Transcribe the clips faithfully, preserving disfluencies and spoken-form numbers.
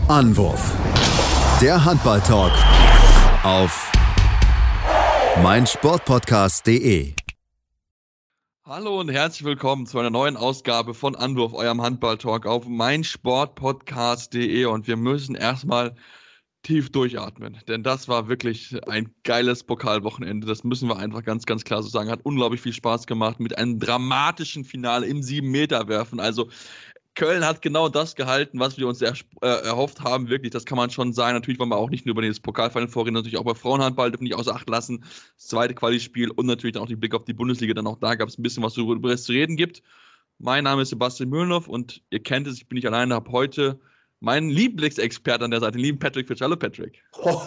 Anwurf. Der Handball-Talk auf meinsportpodcast punkt de. Hallo und herzlich willkommen zu einer neuen Ausgabe von Anwurf, eurem Handball-Talk auf meinsportpodcast punkt de. Und wir müssen erstmal tief durchatmen, denn das war wirklich ein geiles Pokalwochenende. Das müssen wir einfach ganz, ganz klar so sagen. Hat unglaublich viel Spaß gemacht mit einem dramatischen Finale im sieben-Meter-Werfen. Also Köln hat genau das gehalten, was wir uns er, äh, erhofft haben. Wirklich, das kann man schon sagen. Natürlich wollen wir auch nicht nur über das Pokalfinale vorreden, natürlich auch bei Frauenhandball dürfen nicht außer Acht lassen. Das zweite Quali-Spiel und natürlich dann auch den Blick auf die Bundesliga. Dann auch da gab es ein bisschen was, worüber es zu reden gibt. Mein Name ist Sebastian Mühlenhoff und ihr kennt es, ich bin nicht alleine, habe heute meinen Lieblingsexperten an der Seite, den lieben Patrick Fitch. Hallo Patrick.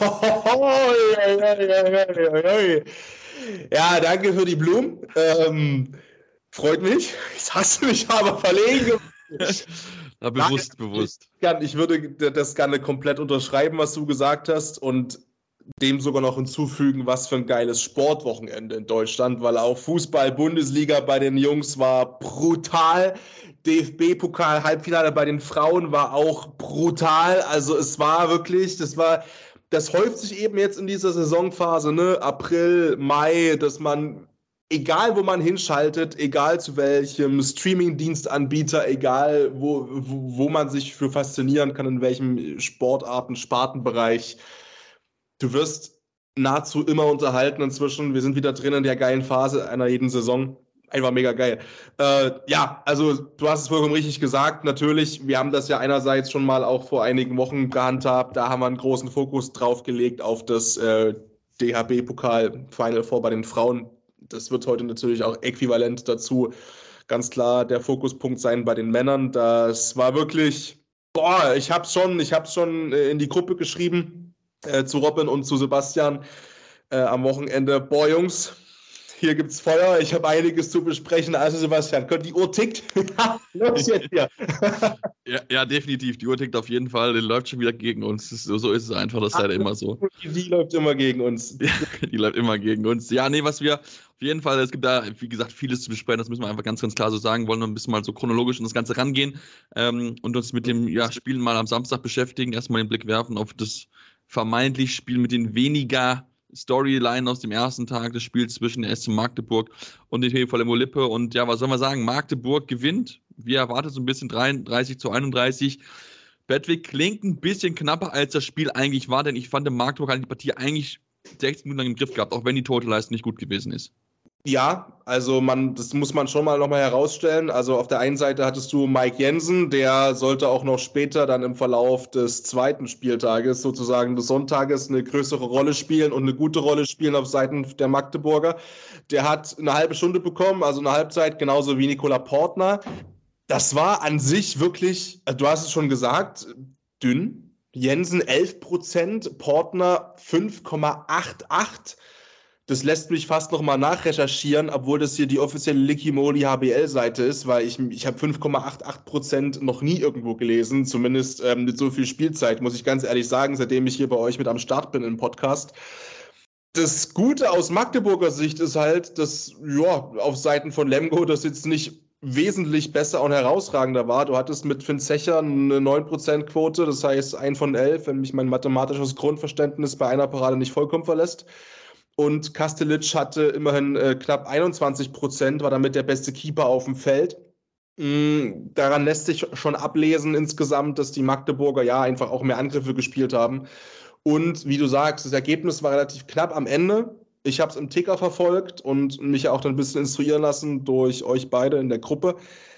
Ja, danke für die Blumen. Ähm, freut mich. Jetzt hast du mich aber verlegen. Ja, bewusst, Nein, bewusst. Ich, kann, ich würde das gerne komplett unterschreiben, was du gesagt hast und dem sogar noch hinzufügen, was für ein geiles Sportwochenende in Deutschland, weil auch Fußball-Bundesliga bei den Jungs war brutal. D F B-Pokal-Halbfinale bei den Frauen war auch brutal. Also es war wirklich, das war, das häuft sich eben jetzt in dieser Saisonphase, ne? April, Mai, dass man, egal wo man hinschaltet, egal zu welchem Streaming-Dienstanbieter, egal wo, wo, wo man sich für faszinieren kann, in welchem Sportarten, Spartenbereich, du wirst nahezu immer unterhalten inzwischen. Wir sind wieder drin in der geilen Phase einer jeden Saison. Einfach mega geil. Äh, ja, also du hast es vollkommen richtig gesagt. Natürlich, wir haben das ja einerseits schon mal auch vor einigen Wochen gehandhabt. Da haben wir einen großen Fokus drauf gelegt auf das äh, D H B-Pokal Final Four bei den Frauen. Das wird heute natürlich auch äquivalent dazu ganz klar der Fokuspunkt sein bei den Männern. Das war wirklich, boah, ich hab's schon, ich hab's schon in die Gruppe geschrieben, äh, zu Robin und zu Sebastian äh, am Wochenende. Boah, Jungs, hier gibt's Feuer, ich habe einiges zu besprechen. Also Sebastian, die Uhr tickt. Los jetzt hier. Ja, ja, definitiv. Die Uhr tickt auf jeden Fall. Die läuft schon wieder gegen uns. So, so ist es einfach. Das ist leider immer so. Die läuft immer gegen uns. Ja, die läuft immer gegen uns. Ja, nee, was wir auf jeden Fall, es gibt da, wie gesagt, vieles zu besprechen. Das müssen wir einfach ganz, ganz klar so sagen. Wollen wir ein bisschen mal so chronologisch in das Ganze rangehen ähm, und uns mit dem ja, Spielen mal am Samstag beschäftigen. Erstmal den Blick werfen auf das vermeintlich Spiel mit den weniger Storyline aus dem ersten Tag des Spiels zwischen der S C Magdeburg und den T V Lippe. Und ja, was soll man sagen? Magdeburg gewinnt, wie erwartet, so ein bisschen dreiunddreißig zu einunddreißig. Patrick klingt ein bisschen knapper, als das Spiel eigentlich war, denn ich fand, Magdeburg hat die Partie eigentlich sechzig Minuten lang im Griff gehabt, auch wenn die Totalleistung nicht gut gewesen ist. Ja, also man, das muss man schon mal nochmal herausstellen. Also auf der einen Seite hattest du Mike Jensen, der sollte auch noch später dann im Verlauf des zweiten Spieltages, sozusagen des Sonntages, eine größere Rolle spielen und eine gute Rolle spielen auf Seiten der Magdeburger. Der hat eine halbe Stunde bekommen, also eine Halbzeit, genauso wie Nikola Portner. Das war an sich wirklich, du hast es schon gesagt, dünn. Jensen elf Prozent, Portner fünf Komma achtundachtzig. Das lässt mich fast noch mal nachrecherchieren, obwohl das hier die offizielle Lickimoly H B L-Seite ist, weil ich, ich habe fünf Komma achtundachtzig Prozent noch nie irgendwo gelesen, zumindest ähm, mit so viel Spielzeit, muss ich ganz ehrlich sagen, seitdem ich hier bei euch mit am Start bin im Podcast. Das Gute aus Magdeburger Sicht ist halt, dass ja, auf Seiten von Lemgo das jetzt nicht wesentlich besser und herausragender war. Du hattest mit Finn Zecher eine neun Prozent Quote, das heißt ein von elf, wenn mich mein mathematisches Grundverständnis bei einer Parade nicht vollkommen verlässt. Und Kastelic hatte immerhin äh, knapp einundzwanzig Prozent, war damit der beste Keeper auf dem Feld. Mm, daran lässt sich schon ablesen insgesamt, dass die Magdeburger ja einfach auch mehr Angriffe gespielt haben. Und wie du sagst, das Ergebnis war relativ knapp am Ende. Ich habe es im Ticker verfolgt und mich auch dann ein bisschen instruieren lassen durch euch beide in der Gruppe.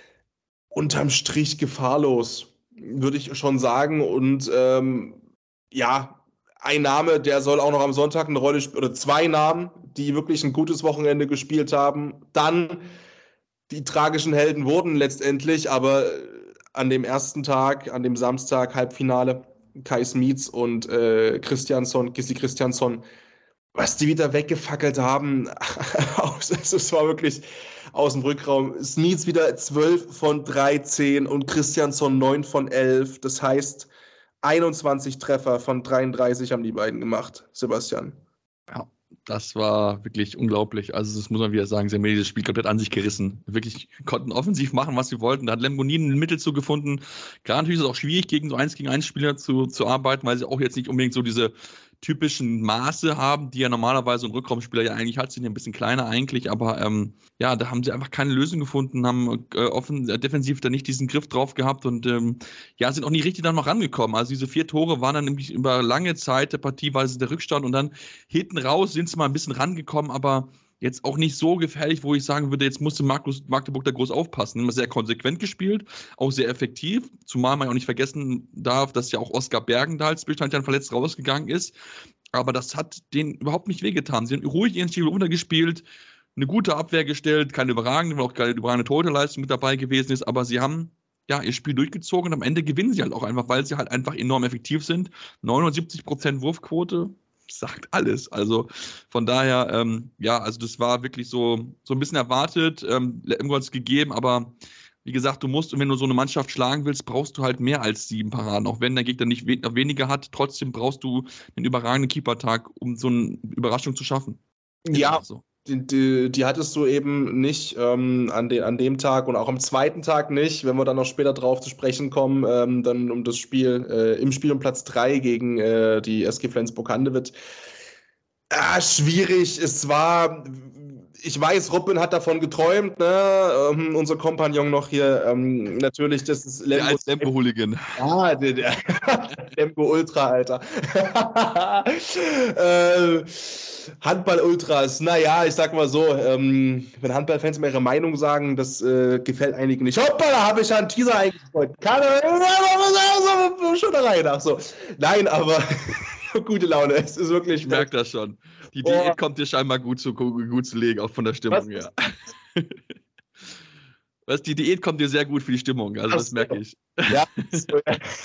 Unterm Strich gefahrlos, würde ich schon sagen. Und ähm, ja, ein Name, der soll auch noch am Sonntag eine Rolle spielen, oder zwei Namen, die wirklich ein gutes Wochenende gespielt haben. Dann die tragischen Helden wurden letztendlich, aber an dem ersten Tag, an dem Samstag, Halbfinale, Kai Smits und äh, Christiansson, Gissi Christiansson, was die wieder weggefackelt haben, es war wirklich aus dem Rückraum. Smits wieder zwölf von dreizehn und Christiansson neun von elf. Das heißt, einundzwanzig Treffer von dreiunddreißig haben die beiden gemacht, Sebastian. Ja, Das war wirklich unglaublich. Also das muss man wieder sagen, sie haben dieses Spiel komplett an sich gerissen. Wirklich konnten offensiv machen, was sie wollten. Da hat Lemgo nie ein Mittel zu gefunden. Gerade natürlich ist es auch schwierig, gegen so eins gegen eins Spieler zu, zu arbeiten, weil sie auch jetzt nicht unbedingt so diese typischen Maße haben, die ja normalerweise ein Rückraumspieler ja eigentlich hat. Sie sind ja ein bisschen kleiner eigentlich, aber ähm, ja, da haben sie einfach keine Lösung gefunden, haben äh, offen, äh, defensiv da nicht diesen Griff drauf gehabt und ähm, ja, sind auch nie richtig dann noch rangekommen. Also diese vier Tore waren dann nämlich über lange Zeit der Partie, weil es der Rückstand und dann hinten raus sind sie mal ein bisschen rangekommen, aber jetzt auch nicht so gefährlich, wo ich sagen würde, jetzt musste Markus, Magdeburg da groß aufpassen. Immer sehr konsequent gespielt, auch sehr effektiv, zumal man ja auch nicht vergessen darf, dass ja auch Oskar Bergen da als Bestandteil verletzt rausgegangen ist. Aber das hat denen überhaupt nicht wehgetan. Sie haben ruhig ihren Spiel runtergespielt, eine gute Abwehr gestellt, keine überragende, weil auch keine überragende Torhüterleistung mit dabei gewesen ist, aber sie haben ja ihr Spiel durchgezogen und am Ende gewinnen sie halt auch einfach, weil sie halt einfach enorm effektiv sind. neunundsiebzig Prozent Wurfquote, sagt alles. Also von daher, ähm, ja, also das war wirklich so, so ein bisschen erwartet. Ähm, Lemgo hat es gegeben, aber wie gesagt, du musst, und wenn du so eine Mannschaft schlagen willst, brauchst du halt mehr als sieben Paraden. Auch wenn der Gegner nicht we- weniger hat, trotzdem brauchst du einen überragenden Keeper-Tag, um so eine Überraschung zu schaffen. Ja, so. die, die, die hattest du eben nicht ähm, an, den, an dem Tag und auch am zweiten Tag nicht, wenn wir dann noch später drauf zu sprechen kommen, ähm, dann um das Spiel, äh, im Spiel um Platz drei gegen äh, die S G Flensburg-Handewitt. Ah, schwierig. Es war, ich weiß, Robin hat davon geträumt, ne? Ähm, unser Kompagnon noch hier. Ähm, natürlich, das ist Ja, als Lemgo-Hooligan. Ah, der, der Lemgo-Ultra, Alter. äh, Handball-Ultras, naja, ich sag mal so, ähm, wenn Handballfans mal ihre Meinung sagen, das äh, gefällt einigen nicht. Hoppa, da habe ich ja einen Teaser eingestreut. Kann schon da rein. Ach so. Nein, aber gute Laune. Es ist wirklich. Ich merke das schon. Die Diät oh. kommt dir scheinbar gut zu, gut zu legen, auch von der Stimmung her. Was, die Diät kommt dir sehr gut für die Stimmung, also das merke ich. Ja, so,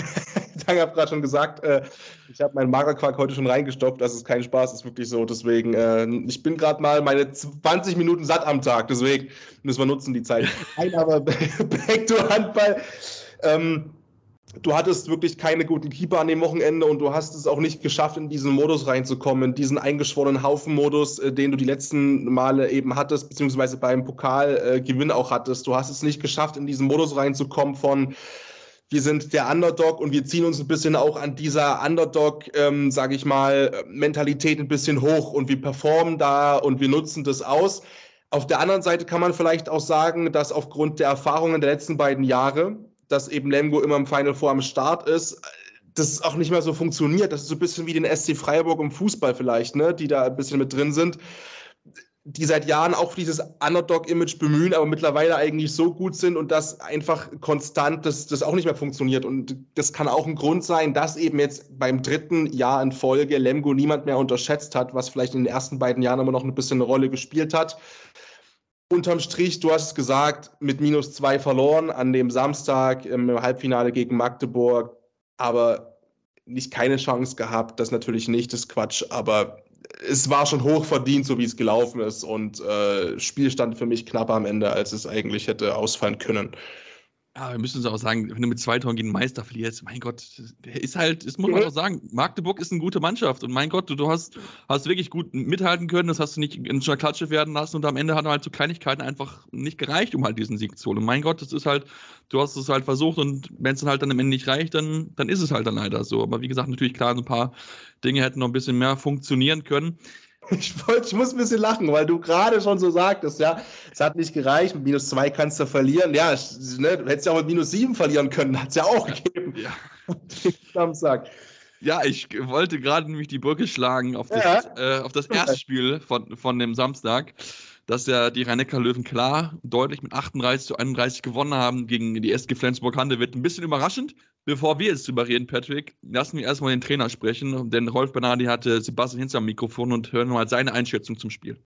ich habe gerade schon gesagt, äh, ich habe meinen Magerquark heute schon reingestopft, das ist kein Spaß, ist wirklich so, deswegen, äh, ich bin gerade mal meine zwanzig Minuten satt am Tag, deswegen müssen wir nutzen die Zeit. Nein, aber back to Handball. Ähm, Du hattest wirklich keine guten Keeper an dem Wochenende und du hast es auch nicht geschafft, in diesen Modus reinzukommen, in diesen eingeschworenen Haufen-Modus, äh, den du die letzten Male eben hattest, beziehungsweise beim Pokalgewinn äh, auch hattest. Du hast es nicht geschafft, in diesen Modus reinzukommen von wir sind der Underdog und wir ziehen uns ein bisschen auch an dieser Underdog, ähm, sage ich mal, Mentalität ein bisschen hoch und wir performen da und wir nutzen das aus. Auf der anderen Seite kann man vielleicht auch sagen, dass aufgrund der Erfahrungen der letzten beiden Jahre, dass eben Lemgo immer im Final Four am Start ist, das auch nicht mehr so funktioniert. Das ist so ein bisschen wie den S C Freiburg im Fußball vielleicht, ne, die da ein bisschen mit drin sind, die seit Jahren auch dieses Underdog-Image bemühen, aber mittlerweile eigentlich so gut sind und das einfach konstant, das, das auch nicht mehr funktioniert. Und das kann auch ein Grund sein, dass eben jetzt beim dritten Jahr in Folge Lemgo niemand mehr unterschätzt hat, was vielleicht in den ersten beiden Jahren immer noch ein bisschen eine Rolle gespielt hat. Unterm Strich, du hast es gesagt, mit minus zwei verloren an dem Samstag im Halbfinale gegen Magdeburg, aber nicht keine Chance gehabt, das natürlich nicht, das ist Quatsch, aber es war schon hoch verdient, so wie es gelaufen ist und äh, Spielstand für mich knapper am Ende, als es eigentlich hätte ausfallen können. Ja, wir müssen uns auch sagen, wenn du mit zwei Toren gegen den Meister verlierst, mein Gott, der ist halt, das muss man auch sagen, Magdeburg ist eine gute Mannschaft und mein Gott, du, du hast, hast wirklich gut mithalten können, das hast du nicht in einer Klatsche werden lassen und am Ende hat halt so Kleinigkeiten einfach nicht gereicht, um halt diesen Sieg zu holen. Und mein Gott, das ist halt, du hast es halt versucht und wenn es dann halt dann am Ende nicht reicht, dann, dann ist es halt dann leider so. Aber wie gesagt, natürlich klar, so ein paar Dinge hätten noch ein bisschen mehr funktionieren können. Ich, wollt, ich muss ein bisschen lachen, weil du gerade schon so sagtest, ja, es hat nicht gereicht, mit minus zwei kannst du verlieren. Ja, ne, du hättest ja auch mit minus sieben verlieren können, hat es ja auch gegeben. Ja. Samstag. Ja, ich wollte gerade nämlich die Brücke schlagen auf das, ja. äh, auf das erste Spiel von, von dem Samstag, dass ja die Rhein-Neckar-Löwen klar deutlich mit achtunddreißig zu einunddreißig gewonnen haben gegen die S G Flensburg-Handewitt. Ein bisschen überraschend. Bevor wir jetzt drüber reden, Patrick, lassen wir erstmal den Trainer sprechen, denn Rolf Bernardi hatte Sebastian Hinze am Mikrofon und hören mal seine Einschätzung zum Spiel.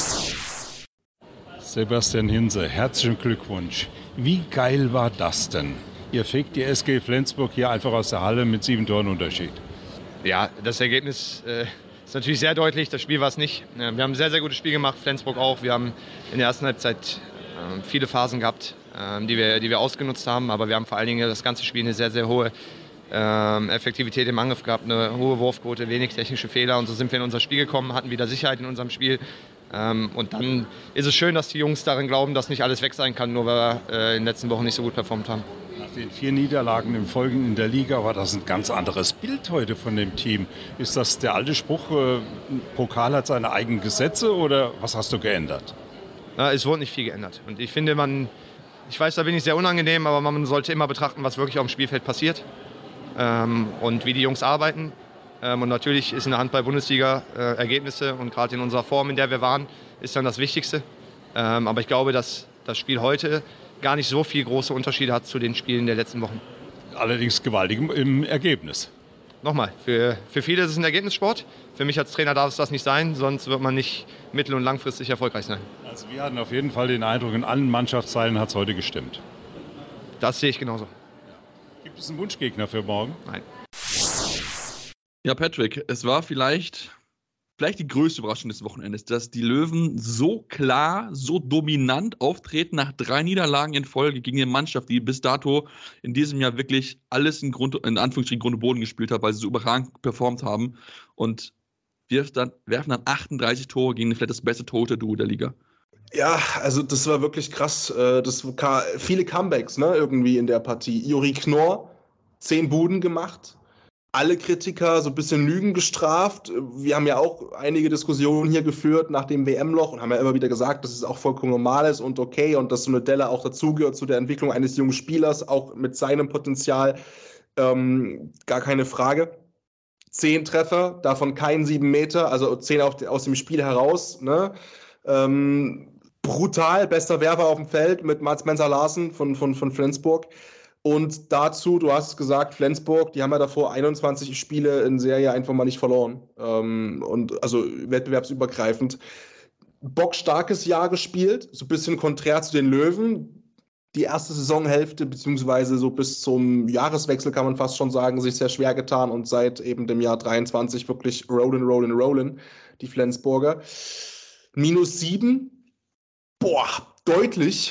Sebastian Hinze, herzlichen Glückwunsch. Wie geil war das denn? Ihr fegt die S G Flensburg hier einfach aus der Halle mit sieben Toren Unterschied. Ja, das Ergebnis äh, ist natürlich sehr deutlich. Das Spiel war es nicht. Wir haben ein sehr, sehr gutes Spiel gemacht, Flensburg auch. Wir haben in der ersten Halbzeit äh, viele Phasen gehabt, äh, die, wir, die wir ausgenutzt haben. Aber wir haben vor allen Dingen das ganze Spiel eine sehr, sehr hohe ähm, Effektivität im Angriff gehabt, eine hohe Wurfquote, wenig technische Fehler und so sind wir in unser Spiel gekommen, hatten wieder Sicherheit in unserem Spiel. Ähm, und dann ist es schön, dass die Jungs darin glauben, dass nicht alles weg sein kann, nur weil wir äh, in den letzten Wochen nicht so gut performt haben. Nach den vier Niederlagen im Folgen in der Liga war das ein ganz anderes Bild heute von dem Team. Ist das der alte Spruch, äh, Pokal hat seine eigenen Gesetze oder was hast du geändert? Ja, es wurde nicht viel geändert. Und ich finde, man, ich weiß, da bin ich sehr unangenehm, aber man sollte immer betrachten, was wirklich auf dem Spielfeld passiert ähm, und wie die Jungs arbeiten. Ähm, und natürlich ist in der Handball-Bundesliga äh, Ergebnisse und gerade in unserer Form, in der wir waren, ist dann das Wichtigste. Ähm, aber ich glaube, dass das Spiel heute gar nicht so viel große Unterschiede hat zu den Spielen der letzten Wochen. Allerdings gewaltig im, im Ergebnis. Nochmal, für, für viele ist es ein Ergebnissport. Für mich als Trainer darf es das nicht sein, sonst wird man nicht mittel- und langfristig erfolgreich sein. Also wir hatten auf jeden Fall den Eindruck, in allen Mannschaftsteilen hat es heute gestimmt. Das sehe ich genauso. Gibt es einen Wunschgegner für morgen? Nein. Ja, Patrick, es war vielleicht, vielleicht die größte Überraschung des Wochenendes, dass die Löwen so klar, so dominant auftreten nach drei Niederlagen in Folge gegen eine Mannschaft, die bis dato in diesem Jahr wirklich alles in, Grund, in Anführungsstrichen Grund und Boden gespielt hat, weil sie so überragend performt haben und werfen dann, werfen dann achtunddreißig Tore gegen vielleicht das beste Torhüter-Duo der Liga. Ja, also das war wirklich krass. Das war viele Comebacks, ne, irgendwie in der Partie. Juri Knorr, zehn Buden gemacht. Alle Kritiker so ein bisschen Lügen gestraft. Wir haben ja auch einige Diskussionen hier geführt nach dem W M-Loch und haben ja immer wieder gesagt, dass es auch vollkommen normal ist und okay und dass so eine Delle auch dazugehört zu der Entwicklung eines jungen Spielers, auch mit seinem Potenzial. Ähm, gar keine Frage. Zehn Treffer, davon kein sieben Meter, also zehn auf, aus dem Spiel heraus. Ne? Ähm, brutal, bester Werfer auf dem Feld mit Mats Menzer-Larsen von, von, von Flensburg. Und dazu, du hast es gesagt, Flensburg, die haben ja davor einundzwanzig Spiele in Serie einfach mal nicht verloren. Ähm, und also wettbewerbsübergreifend. Bockstarkes Jahr gespielt, so ein bisschen konträr zu den Löwen. Die erste Saisonhälfte, beziehungsweise so bis zum Jahreswechsel kann man fast schon sagen, sich sehr schwer getan und seit eben dem Jahr dreiundzwanzig wirklich rollen, rollen, rollen, die Flensburger. Minus sieben, boah, deutlich.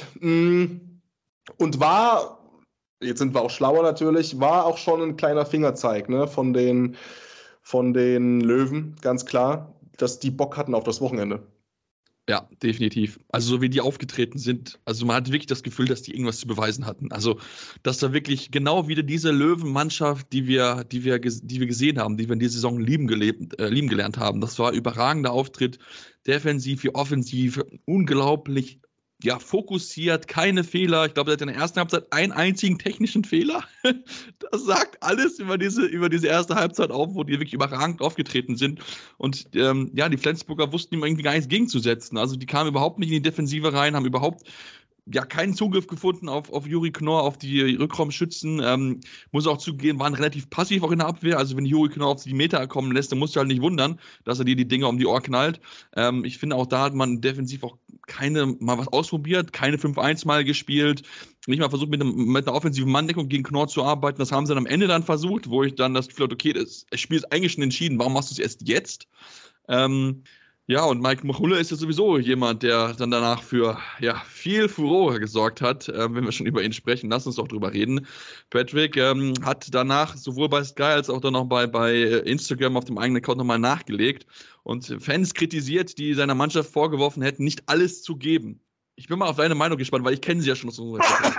Und war, jetzt sind wir auch schlauer natürlich, war auch schon ein kleiner Fingerzeig, ne, von den, von den Löwen, ganz klar, dass die Bock hatten auf das Wochenende. Ja, definitiv. Also so wie die aufgetreten sind, also man hat wirklich das Gefühl, dass die irgendwas zu beweisen hatten. Also, dass da wirklich genau wieder diese Löwenmannschaft, die wir, die wir, die wir gesehen haben, die wir in dieser Saison lieben, gelebt, äh, lieben gelernt haben. Das war ein überragender Auftritt, defensiv wie offensiv, unglaublich ja, fokussiert, keine Fehler. Ich glaube, seit der ersten Halbzeit einen einzigen technischen Fehler. Das sagt alles über diese, über diese erste Halbzeit auf, wo die wirklich überragend aufgetreten sind. Und ähm, ja, die Flensburger wussten ihm irgendwie gar nichts gegenzusetzen. Also die kamen überhaupt nicht in die Defensive rein, haben überhaupt ja keinen Zugriff gefunden auf, auf Juri Knorr, auf die Rückraumschützen. Ähm, muss auch zugeben, waren relativ passiv auch in der Abwehr. Also wenn Juri Knorr auf die Meter kommen lässt, dann musst du halt nicht wundern, dass er dir die Dinger um die Ohr knallt. Ähm, ich finde auch, da hat man defensiv auch keine mal was ausprobiert, keine fünf eins mal gespielt, nicht mal versucht mit, einem, mit einer offensiven Manndeckung gegen Knorr zu arbeiten. Das haben sie dann am Ende dann versucht, wo ich dann das Gefühl hatte, okay, das, das Spiel ist eigentlich schon entschieden, warum machst du es erst jetzt? Ähm, Ja, und Mike Machulla ist ja sowieso jemand, der dann danach für ja, viel Furore gesorgt hat, äh, wenn wir schon über ihn sprechen. Lass uns doch drüber reden. Patrick ähm, hat danach sowohl bei Sky als auch dann noch bei, bei Instagram auf dem eigenen Account nochmal nachgelegt und Fans kritisiert, die seiner Mannschaft vorgeworfen hätten, nicht alles zu geben. Ich bin mal auf deine Meinung gespannt, weil ich kenne sie ja schon aus unserer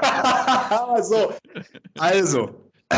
so, also,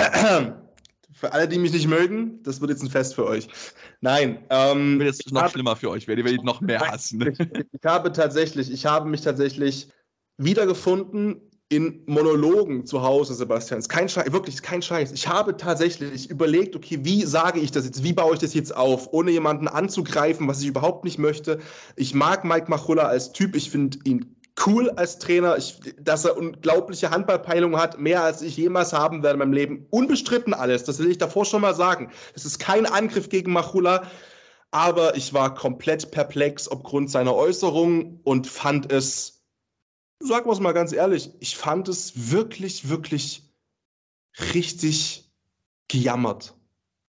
für alle, die mich nicht mögen, das wird jetzt ein Fest für euch. Nein. Ähm, wird jetzt noch habe, schlimmer für euch, werdet ihr noch mehr hassen. Ich, ich habe tatsächlich, ich habe mich tatsächlich wiedergefunden in Monologen zu Hause, Sebastian. Ist kein Scheiß, wirklich, ist kein Scheiß. Ich habe tatsächlich überlegt, okay, wie sage ich das jetzt, wie baue ich das jetzt auf, ohne jemanden anzugreifen, was ich überhaupt nicht möchte. Ich mag Mike Machulla als Typ, ich finde ihn cool als Trainer, ich, dass er unglaubliche Handballpeilung hat, mehr als ich jemals haben werde in meinem Leben. Unbestritten alles, das will ich davor schon mal sagen. Das ist kein Angriff gegen Machulla, aber ich war komplett perplex aufgrund seiner Äußerungen und fand es, sagen wir es mal ganz ehrlich, ich fand es wirklich, wirklich richtig gejammert.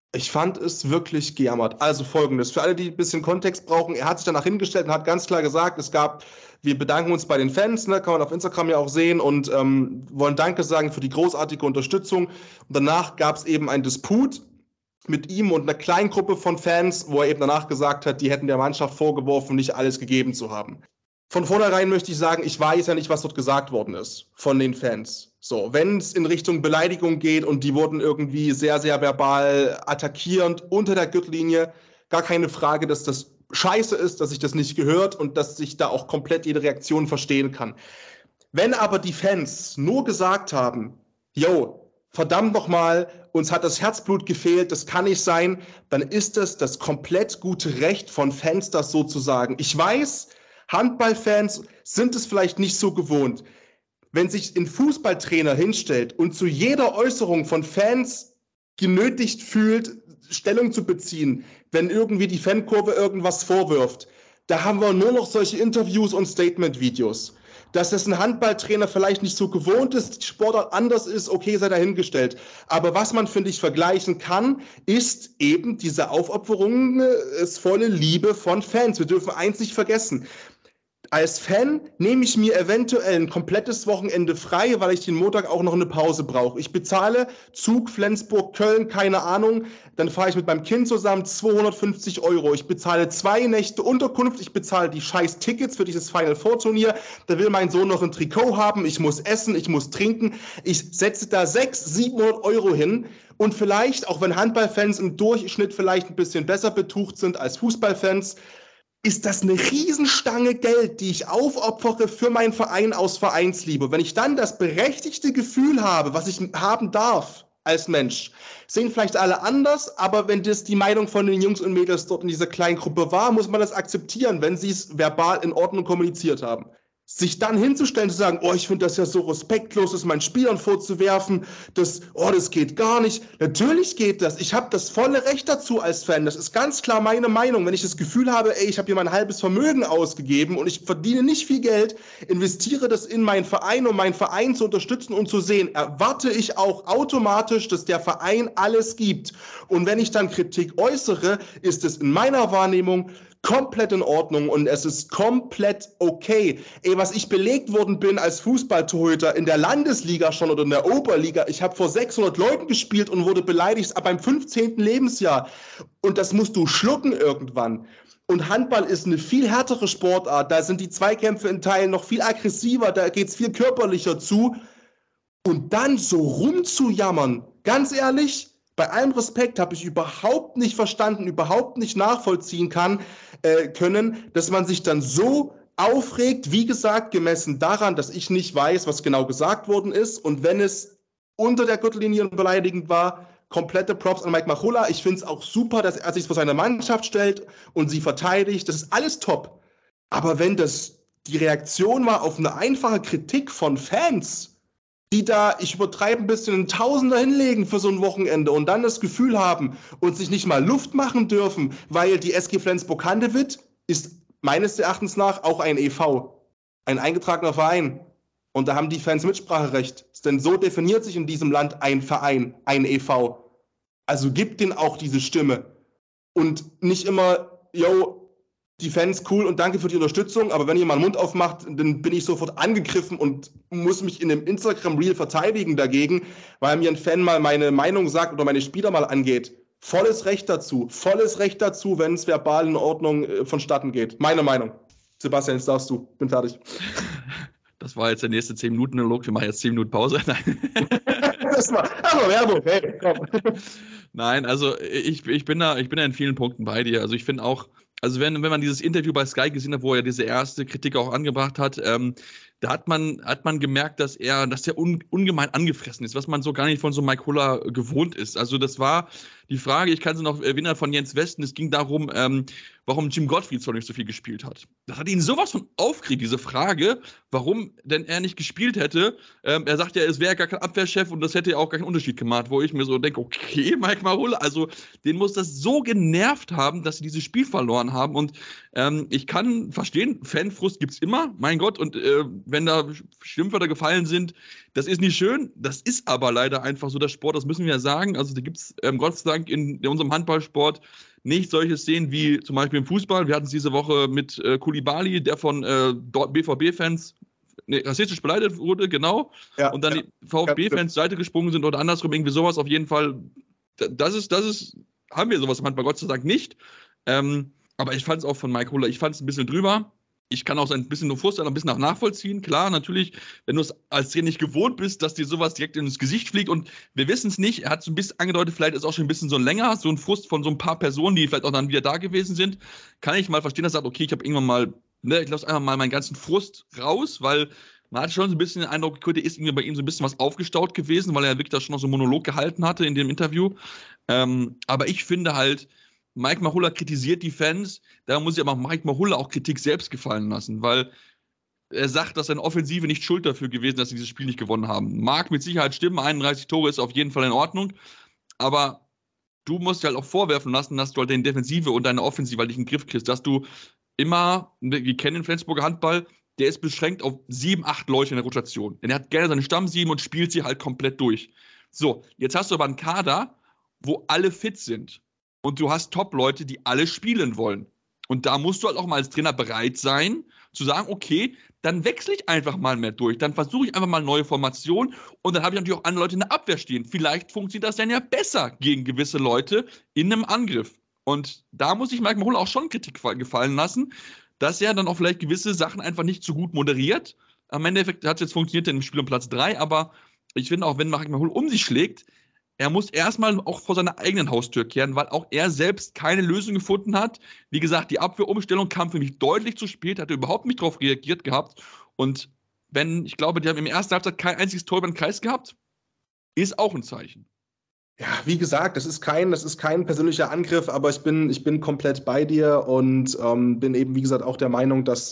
Ich fand es wirklich gejammert. Also Folgendes, für alle, die ein bisschen Kontext brauchen, er hat sich danach hingestellt und hat ganz klar gesagt, es gab, wir bedanken uns bei den Fans, ne, kann man auf Instagram ja auch sehen, und ähm, wollen Danke sagen für die großartige Unterstützung. Und danach gab es eben einen Disput mit ihm und einer kleinen Gruppe von Fans, wo er eben danach gesagt hat, die hätten der Mannschaft vorgeworfen, nicht alles gegeben zu haben. Von vornherein möchte ich sagen, ich weiß ja nicht, was dort gesagt worden ist von den Fans. So, wenn es in Richtung Beleidigung geht und die wurden irgendwie sehr, sehr verbal attackierend unter der Gürtellinie, gar keine Frage, dass das scheiße ist, dass sich das nicht gehört und dass ich da auch komplett jede Reaktion verstehen kann. Wenn aber die Fans nur gesagt haben, yo, verdammt nochmal, uns hat das Herzblut gefehlt, das kann nicht sein, dann ist es das komplett gute Recht von Fans, das so zu sagen. Ich weiß, Handballfans sind es vielleicht nicht so gewohnt. Wenn sich ein Fußballtrainer hinstellt und zu jeder Äußerung von Fans genötigt fühlt, Stellung zu beziehen, wenn irgendwie die Fankurve irgendwas vorwirft, da haben wir nur noch solche Interviews und Statement-Videos. Dass es ein Handballtrainer vielleicht nicht so gewohnt ist, die Sportart anders ist, okay, sei dahingestellt. Aber was man, finde ich, vergleichen kann, ist eben diese aufopferungsvolle Liebe von Fans. Wir dürfen eins nicht vergessen. Als Fan nehme ich mir eventuell ein komplettes Wochenende frei, weil ich den Montag auch noch eine Pause brauche. Ich bezahle Zug, Flensburg, Köln, keine Ahnung. Dann fahre ich mit meinem Kind zusammen zweihundertfünfzig Euro. Ich bezahle zwei Nächte Unterkunft. Ich bezahle die scheiß Tickets für dieses Final Four Turnier. Da will mein Sohn noch ein Trikot haben. Ich muss essen, ich muss trinken. Ich setze da sechshundert, siebenhundert Euro hin. Und vielleicht, auch wenn Handballfans im Durchschnitt vielleicht ein bisschen besser betucht sind als Fußballfans, ist das eine Riesenstange Geld, die ich aufopfere für meinen Verein aus Vereinsliebe. Wenn ich dann das berechtigte Gefühl habe, was ich haben darf als Mensch, sehen vielleicht alle anders, aber wenn das die Meinung von den Jungs und Mädels dort in dieser kleinen Gruppe war, muss man das akzeptieren, wenn sie es verbal in Ordnung kommuniziert haben. Sich dann hinzustellen, zu sagen, oh, ich finde das ja so respektlos, das meinen Spielern vorzuwerfen, das, oh, das geht gar nicht. Natürlich geht das. Ich habe das volle Recht dazu als Fan. Das ist ganz klar meine Meinung. Wenn ich das Gefühl habe, ey, ich habe hier mein halbes Vermögen ausgegeben und ich verdiene nicht viel Geld, investiere das in meinen Verein, um meinen Verein zu unterstützen und zu sehen, erwarte ich auch automatisch, dass der Verein alles gibt. Und wenn ich dann Kritik äußere, ist es in meiner Wahrnehmung komplett in Ordnung und es ist komplett okay. Ey, was ich belegt worden bin als Fußballtorhüter in der Landesliga schon oder in der Oberliga, ich habe vor sechshundert Leuten gespielt und wurde beleidigt ab meinem fünfzehnten Lebensjahr. Und das musst du schlucken irgendwann. Und Handball ist eine viel härtere Sportart, da sind die Zweikämpfe in Teilen noch viel aggressiver, da geht es viel körperlicher zu. Und dann so rumzujammern, ganz ehrlich, bei allem Respekt habe ich überhaupt nicht verstanden, überhaupt nicht nachvollziehen kann, äh, können, dass man sich dann so aufregt, wie gesagt, gemessen daran, dass ich nicht weiß, was genau gesagt worden ist. Und wenn es unter der Gürtellinie beleidigend war, komplette Props an Mike Machulla. Ich finde es auch super, dass er sich vor seine Mannschaft stellt und sie verteidigt. Das ist alles top. Aber wenn das die Reaktion war auf eine einfache Kritik von Fans, die da, ich übertreibe ein bisschen, einen Tausender hinlegen für so ein Wochenende und dann das Gefühl haben und sich nicht mal Luft machen dürfen, weil die S G Flensburg-Handewitt ist meines Erachtens nach auch ein E V, ein eingetragener Verein. Und da haben die Fans Mitspracherecht. Denn so definiert sich in diesem Land ein Verein, ein E V. Also gibt denen auch diese Stimme. Und nicht immer, yo, die Fans cool und danke für die Unterstützung, aber wenn jemand den Mund aufmacht, dann bin ich sofort angegriffen und muss mich in dem Instagram-Reel verteidigen dagegen, weil mir ein Fan mal meine Meinung sagt oder meine Spieler mal angeht. Volles Recht dazu, volles Recht dazu, wenn es verbal in Ordnung äh, vonstatten geht. Meine Meinung. Sebastian, jetzt darfst du. Bin fertig. Das war jetzt der nächste zehn Minuten Dialog. Wir machen jetzt zehn Minuten Pause. Das war aber Werbung. Hey, komm. Nein, also ich, ich, bin da, ich bin da in vielen Punkten bei dir. Also ich finde auch, also wenn, wenn man dieses Interview bei Sky gesehen hat, wo er diese erste Kritik auch angebracht hat, ähm, da hat man, hat man gemerkt, dass er, dass er un, ungemein angefressen ist, was man so gar nicht von so Mike Machulla gewohnt ist. Also das war die Frage, ich kann sie noch erinnern, von Jens Westen, es ging darum, ähm, warum Jim Gottfried so nicht so viel gespielt hat. Das hat ihn sowas von aufgeregt, diese Frage, warum denn er nicht gespielt hätte. Ähm, er sagt ja, es wäre gar kein Abwehrchef und das hätte ja auch gar keinen Unterschied gemacht, wo ich mir so denke, okay, Mike Machulla, also den muss das so genervt haben, dass sie dieses Spiel verloren haben und ähm, ich kann verstehen, Fanfrust gibt's immer, mein Gott, und äh, wenn da Schimpfwörter gefallen sind, das ist nicht schön, das ist aber leider einfach so der Sport, das müssen wir ja sagen. Also da gibt es ähm, Gott sei Dank in, in unserem Handballsport nicht solche Szenen wie zum Beispiel im Fußball. Wir hatten es diese Woche mit äh, Koulibaly, der von äh, B V B-Fans nee, rassistisch beleidigt wurde, genau. Ja, und dann ja, die VfB-Fans Seite gesprungen sind oder andersrum, irgendwie sowas auf jeden Fall. Das ist, das ist, haben wir sowas im Handball Gott sei Dank nicht. Ähm, aber ich fand es auch von Mike Huller, ich fand es ein bisschen drüber. Ich kann auch so ein bisschen nur Frust, ein bisschen nachvollziehen. Klar, natürlich, wenn du es als Trainer nicht gewohnt bist, dass dir sowas direkt ins Gesicht fliegt und wir wissen es nicht, er hat so ein bisschen angedeutet, vielleicht ist es auch schon ein bisschen so länger, so ein Frust von so ein paar Personen, die vielleicht auch dann wieder da gewesen sind, kann ich mal verstehen, dass er sagt, okay, ich habe irgendwann mal, ne, ich lasse einfach mal meinen ganzen Frust raus, weil man hat schon so ein bisschen den Eindruck, da ist irgendwie bei ihm so ein bisschen was aufgestaut gewesen, weil er wirklich da schon noch so einen Monolog gehalten hatte in dem Interview. Ähm, aber ich finde halt, Mike Machulla kritisiert die Fans, da muss ich aber Mike Machulla auch Kritik selbst gefallen lassen, weil er sagt, dass seine Offensive nicht schuld dafür gewesen ist, dass sie dieses Spiel nicht gewonnen haben. Mag mit Sicherheit stimmen, einunddreißig Tore ist auf jeden Fall in Ordnung, aber du musst dir halt auch vorwerfen lassen, dass du halt deine Defensive und deine Offensive halt nicht in den Griff kriegst, dass du immer, wir kennen den Flensburger Handball, der ist beschränkt auf sieben, acht Leute in der Rotation. Denn er hat gerne seine Stammsieben und spielt sie halt komplett durch. So, jetzt hast du aber einen Kader, wo alle fit sind. Und du hast Top-Leute, die alle spielen wollen. Und da musst du halt auch mal als Trainer bereit sein, zu sagen, okay, dann wechsle ich einfach mal mehr durch. Dann versuche ich einfach mal neue Formationen. Und dann habe ich natürlich auch andere Leute in der Abwehr stehen. Vielleicht funktioniert das dann ja besser gegen gewisse Leute in einem Angriff. Und da muss ich Mike Machulla auch schon Kritik gefallen lassen, dass er dann auch vielleicht gewisse Sachen einfach nicht so gut moderiert. Am Endeffekt hat es jetzt funktioniert im Spiel um Platz drei, aber ich finde auch, wenn Mike Machulla um sich schlägt, er muss erstmal auch vor seiner eigenen Haustür kehren, weil auch er selbst keine Lösung gefunden hat. Wie gesagt, die Abwehrumstellung kam für mich deutlich zu spät, hat er überhaupt nicht darauf reagiert gehabt. Und wenn, ich glaube, die haben im ersten Halbzeit kein einziges Tor über den Kreis gehabt, ist auch ein Zeichen. Ja, wie gesagt, das ist kein, das ist kein persönlicher Angriff, aber ich bin, ich bin komplett bei dir und ähm, bin eben, wie gesagt, auch der Meinung, dass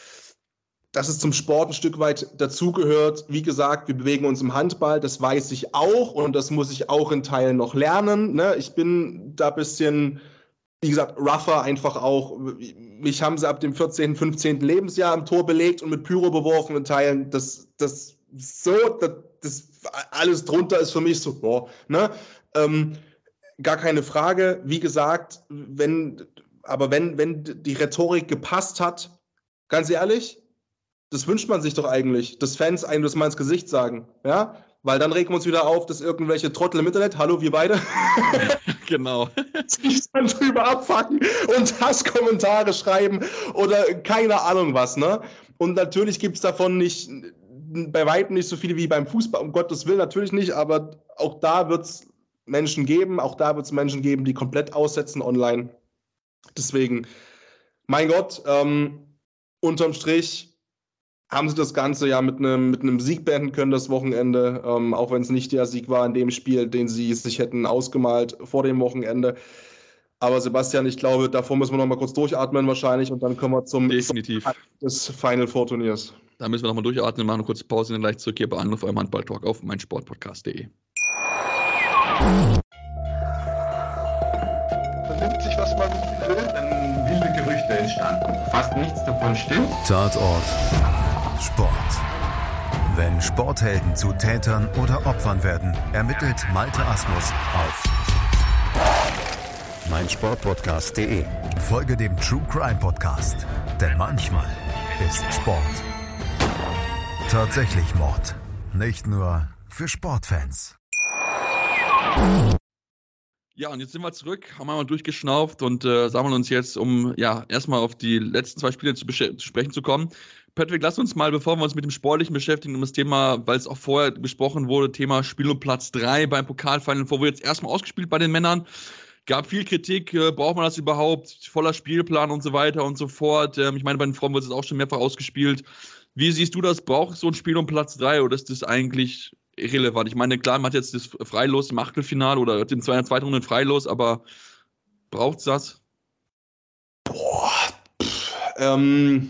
dass es zum Sport ein Stück weit dazugehört. Wie gesagt, wir bewegen uns im Handball, das weiß ich auch und das muss ich auch in Teilen noch lernen. Ne? Ich bin da ein bisschen, wie gesagt, rougher einfach auch. Mich haben sie ab dem vierzehnten, fünfzehnten Lebensjahr im Tor belegt und mit Pyro beworfen in Teilen. Das, das so, das, das alles drunter ist für mich so, boah, ne? Ähm, gar keine Frage. Wie gesagt, wenn, aber wenn, wenn die Rhetorik gepasst hat, ganz ehrlich, das wünscht man sich doch eigentlich, dass Fans einem das mal ins Gesicht sagen, ja? Weil dann regen wir uns wieder auf, dass irgendwelche Trottel im Internet, hallo, wir beide, genau, sich dann drüber abfacken und Hasskommentare schreiben oder keine Ahnung was, ne? Und natürlich gibt es davon nicht, bei weitem nicht so viele wie beim Fußball, um Gottes Willen natürlich nicht, aber auch da wird es Menschen geben, auch da wird es Menschen geben, die komplett aussetzen online. Deswegen, mein Gott, ähm, unterm Strich haben sie das Ganze ja mit einem mit einem Sieg beenden können, das Wochenende, ähm, auch wenn es nicht der Sieg war in dem Spiel, den sie sich hätten ausgemalt vor dem Wochenende. Aber Sebastian, ich glaube, davor müssen wir noch mal kurz durchatmen wahrscheinlich und dann kommen wir zum Definitiv. des Final Four Turniers. Da müssen wir noch mal durchatmen, machen eine kurze Pause und dann gleich zurück hier bei Anruf eurem Handball-Talk auf meinsportpodcast punkt de. Vernimmt sich, was man will, dann wilde Gerüchte entstanden. Fast nichts davon stimmt. Tatort Sport. Wenn Sporthelden zu Tätern oder Opfern werden, ermittelt Malte Asmus auf meinsportpodcast punkt de. Folge dem True Crime Podcast, denn manchmal ist Sport tatsächlich Mord. Nicht nur für Sportfans. Ja, und jetzt sind wir zurück, haben wir mal durchgeschnauft und äh, sammeln uns jetzt, um ja erstmal auf die letzten zwei Spiele zu, besch- zu sprechen zu kommen. Patrick, lass uns mal, bevor wir uns mit dem Sportlichen beschäftigen, um das Thema, weil es auch vorher besprochen wurde, Thema Spiel um Platz drei beim Pokalfinal, wo wir jetzt erstmal ausgespielt bei den Männern. Gab viel Kritik, äh, braucht man das überhaupt? Voller Spielplan und so weiter und so fort. Ähm, ich meine, bei den Frauen wird es auch schon mehrfach ausgespielt. Wie siehst du das? Braucht so ein Spiel um Platz drei oder ist das eigentlich irrelevant? Ich meine, klar, man hat jetzt das Freilos im Achtelfinale oder in der zweiten Runde Freilos, aber braucht's das? Boah, pff, ähm,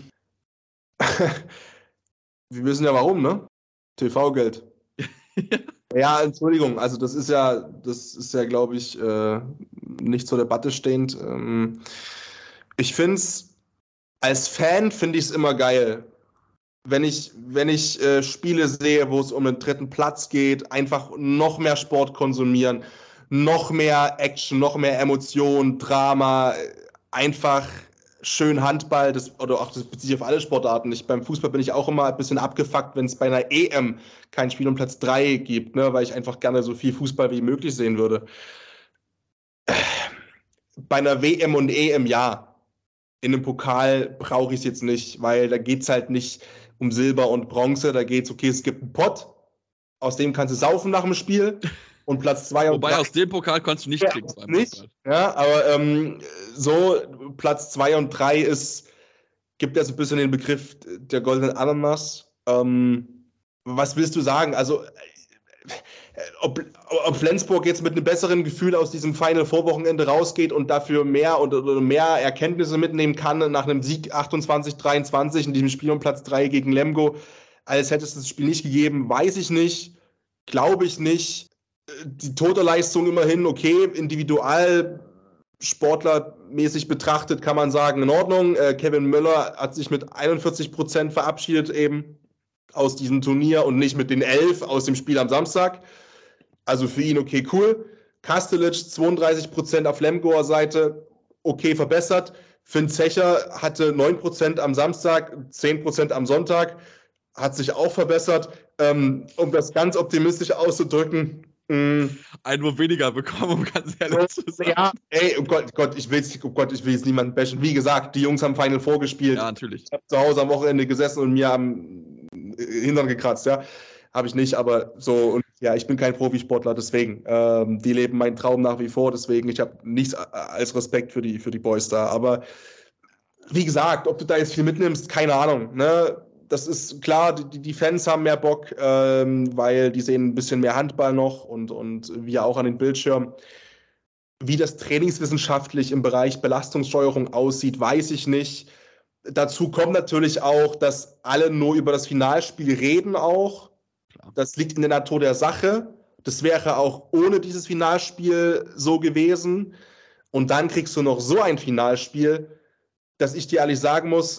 wir wissen ja warum, ne? T V-Geld. Ja, Entschuldigung, also das ist ja, das ist ja, glaube ich, äh, nicht zur Debatte stehend. Ähm, ich finde es, als Fan finde ich es immer geil, wenn ich, wenn ich äh, Spiele sehe, wo es um den dritten Platz geht, einfach noch mehr Sport konsumieren, noch mehr Action, noch mehr Emotion, Drama, einfach schön Handball, das, oder auch das bezieht sich auf alle Sportarten. Ich, beim Fußball bin ich auch immer ein bisschen abgefuckt, wenn es bei einer E M kein Spiel um Platz drei gibt, ne, weil ich einfach gerne so viel Fußball wie möglich sehen würde. Bei einer W M und E M ja. In einem Pokal brauche ich es jetzt nicht, weil da geht es halt nicht um Silber und Bronze, da geht es, okay, es gibt einen Pott, aus dem kannst du saufen nach dem Spiel und Platz zwei und Wobei drei, aus dem Pokal kannst du nicht ja, trinken. Beim nicht, Pokal. ja, aber ähm, so Platz zwei und drei ist, gibt ja so ein bisschen den Begriff der goldenen Ananas. Ähm, was willst du sagen? Also ob, ob Flensburg jetzt mit einem besseren Gefühl aus diesem Final-Four-Wochenende rausgeht und dafür mehr und oder mehr Erkenntnisse mitnehmen kann nach einem Sieg achtundzwanzig dreiundzwanzig in diesem Spiel um Platz drei gegen Lemgo, als hätte es das Spiel nicht gegeben, weiß ich nicht, glaube ich nicht. Die Totalleistung immerhin, okay, individual sportlermäßig betrachtet kann man sagen, in Ordnung. Äh, Kevin Müller hat sich mit einundvierzig Prozent verabschiedet eben aus diesem Turnier und nicht mit den elf aus dem Spiel am Samstag. Also für ihn okay, cool. Kastelic zweiunddreißig Prozent auf Lemgoer Seite, okay, verbessert. Finn Zecher hatte neun Prozent am Samstag, zehn Prozent am Sonntag, hat sich auch verbessert. Ähm, um das ganz optimistisch auszudrücken, mh, Ein Wurf weniger bekommen, um ganz ehrlich zu sein. ja, ey, oh Gott, Gott, ich will jetzt, oh Gott, ich will jetzt niemanden bashen. Wie gesagt, die Jungs haben Final vorgespielt. Ja, natürlich. Ich habe zu Hause am Wochenende gesessen und mir am Hintern gekratzt, ja. Habe ich nicht, aber so, und ja, ich bin kein Profisportler, deswegen. Ähm, die leben meinen Traum nach wie vor, deswegen, ich habe nichts als Respekt für die, für die Boys da. Aber wie gesagt, ob du da jetzt viel mitnimmst, keine Ahnung, ne? Das ist klar, die, die Fans haben mehr Bock, ähm, weil die sehen ein bisschen mehr Handball noch und, und wir auch an den Bildschirmen. Wie das trainingswissenschaftlich im Bereich Belastungssteuerung aussieht, weiß ich nicht. Dazu kommt natürlich auch, dass alle nur über das Finalspiel reden auch. Das liegt in der Natur der Sache. Das wäre auch ohne dieses Finalspiel so gewesen. Und dann kriegst du noch so ein Finalspiel, dass ich dir ehrlich sagen muss,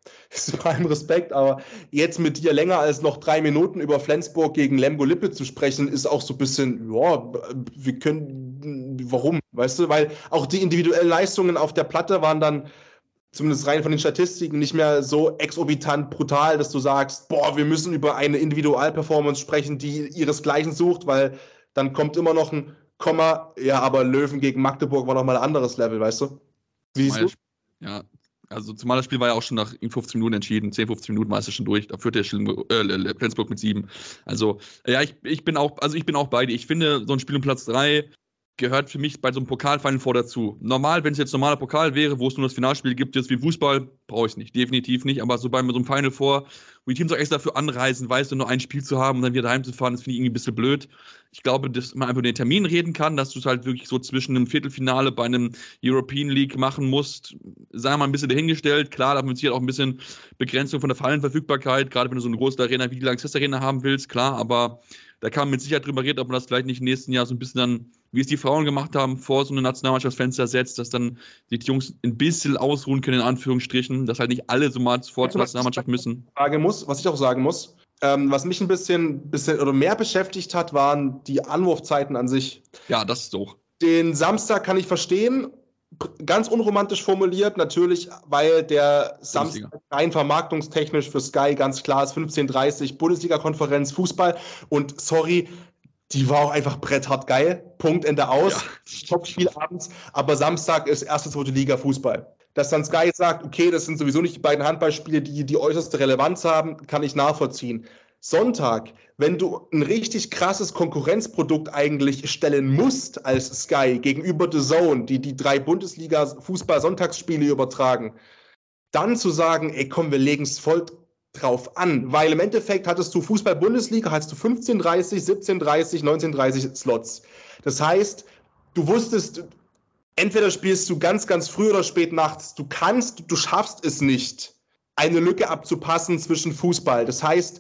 ist bei allem Respekt, aber jetzt mit dir länger als noch drei Minuten über Flensburg gegen Lemgo-Lippe zu sprechen, ist auch so ein bisschen, ja, wir können, warum, weißt du? Weil auch die individuellen Leistungen auf der Platte waren dann, zumindest rein von den Statistiken, nicht mehr so exorbitant brutal, dass du sagst, boah, wir müssen über eine Individualperformance sprechen, die ihresgleichen sucht, weil dann kommt immer noch ein Komma, ja, aber Löwen gegen Magdeburg war nochmal ein anderes Level, weißt du? Wie siehst du? Ja, also zumal das Spiel war ja auch schon nach fünfzehn Minuten entschieden, zehn, fünfzehn Minuten war es ja schon durch, da führte der äh, Flensburg mit sieben. Also, ja, ich, ich bin auch, also ich bin auch bei dir. Ich finde, so ein Spiel um Platz drei gehört für mich bei so einem Pokal-Final Four dazu. Normal, wenn es jetzt normaler Pokal wäre, wo es nur das Finalspiel gibt, jetzt wie Fußball, brauche ich es nicht, definitiv nicht. Aber so bei so einem Final Four, wo die Teams auch extra dafür anreisen, weißt du, nur ein Spiel zu haben und dann wieder daheim zu fahren, das finde ich irgendwie ein bisschen blöd. Ich glaube, dass man einfach über den Termin reden kann, dass du es halt wirklich so zwischen einem Viertelfinale bei einem European League machen musst. Sei mal ein bisschen dahingestellt. Klar, da haben wir sicher auch ein bisschen Begrenzung von der Fallenverfügbarkeit, gerade wenn du so eine große Arena wie die Lanxess Arena haben willst, klar, aber da kann man mit Sicherheit drüber reden, ob man das vielleicht nicht im nächsten Jahr so ein bisschen dann, wie es die Frauen gemacht haben, vor so eine Nationalmannschaftsfenster setzt, dass dann die Jungs ein bisschen ausruhen können, in Anführungsstrichen, dass halt nicht alle so mal vor zur Nationalmannschaft müssen. Sagen muss, was ich auch sagen muss, ähm, was mich ein bisschen, bisschen oder mehr beschäftigt hat, waren die Anwurfzeiten an sich. Ja, das ist so. Den Samstag kann ich verstehen, ganz unromantisch formuliert, natürlich, weil der Samstag rein vermarktungstechnisch für Sky ganz klar ist, fünfzehn Uhr dreißig, Bundesliga-Konferenz, Fußball und sorry, die war auch einfach bretthart geil, Punkt, Ende aus, ja. Top-Spiel abends, aber Samstag ist erste, zweite Liga Fußball. Dass dann Sky sagt, okay, das sind sowieso nicht die beiden Handballspiele, die die äußerste Relevanz haben, kann ich nachvollziehen. Sonntag, wenn du ein richtig krasses Konkurrenzprodukt eigentlich stellen musst als Sky gegenüber The Zone, die die drei Bundesliga-Fußball-Sonntagsspiele übertragen, dann zu sagen, ey komm, wir legen es voll drauf an, weil im Endeffekt hattest du Fußball-Bundesliga, hattest du fünfzehn Uhr dreißig, siebzehn Uhr dreißig, neunzehn Uhr dreißig Slots. Das heißt, du wusstest, entweder spielst du ganz, ganz früh oder spät nachts, du kannst, du schaffst es nicht, eine Lücke abzupassen zwischen Fußball. Das heißt,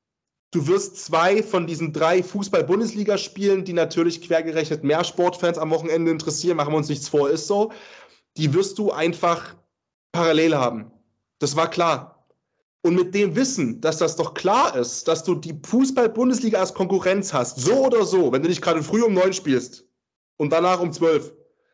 du wirst zwei von diesen drei Fußball-Bundesliga-Spielen, die natürlich quergerechnet mehr Sportfans am Wochenende interessieren, machen wir uns nichts vor, ist so, die wirst du einfach parallel haben. Das war klar. Und mit dem Wissen, dass das doch klar ist, dass du die Fußball-Bundesliga als Konkurrenz hast, so oder so, wenn du nicht gerade früh um neun spielst und danach um zwölf,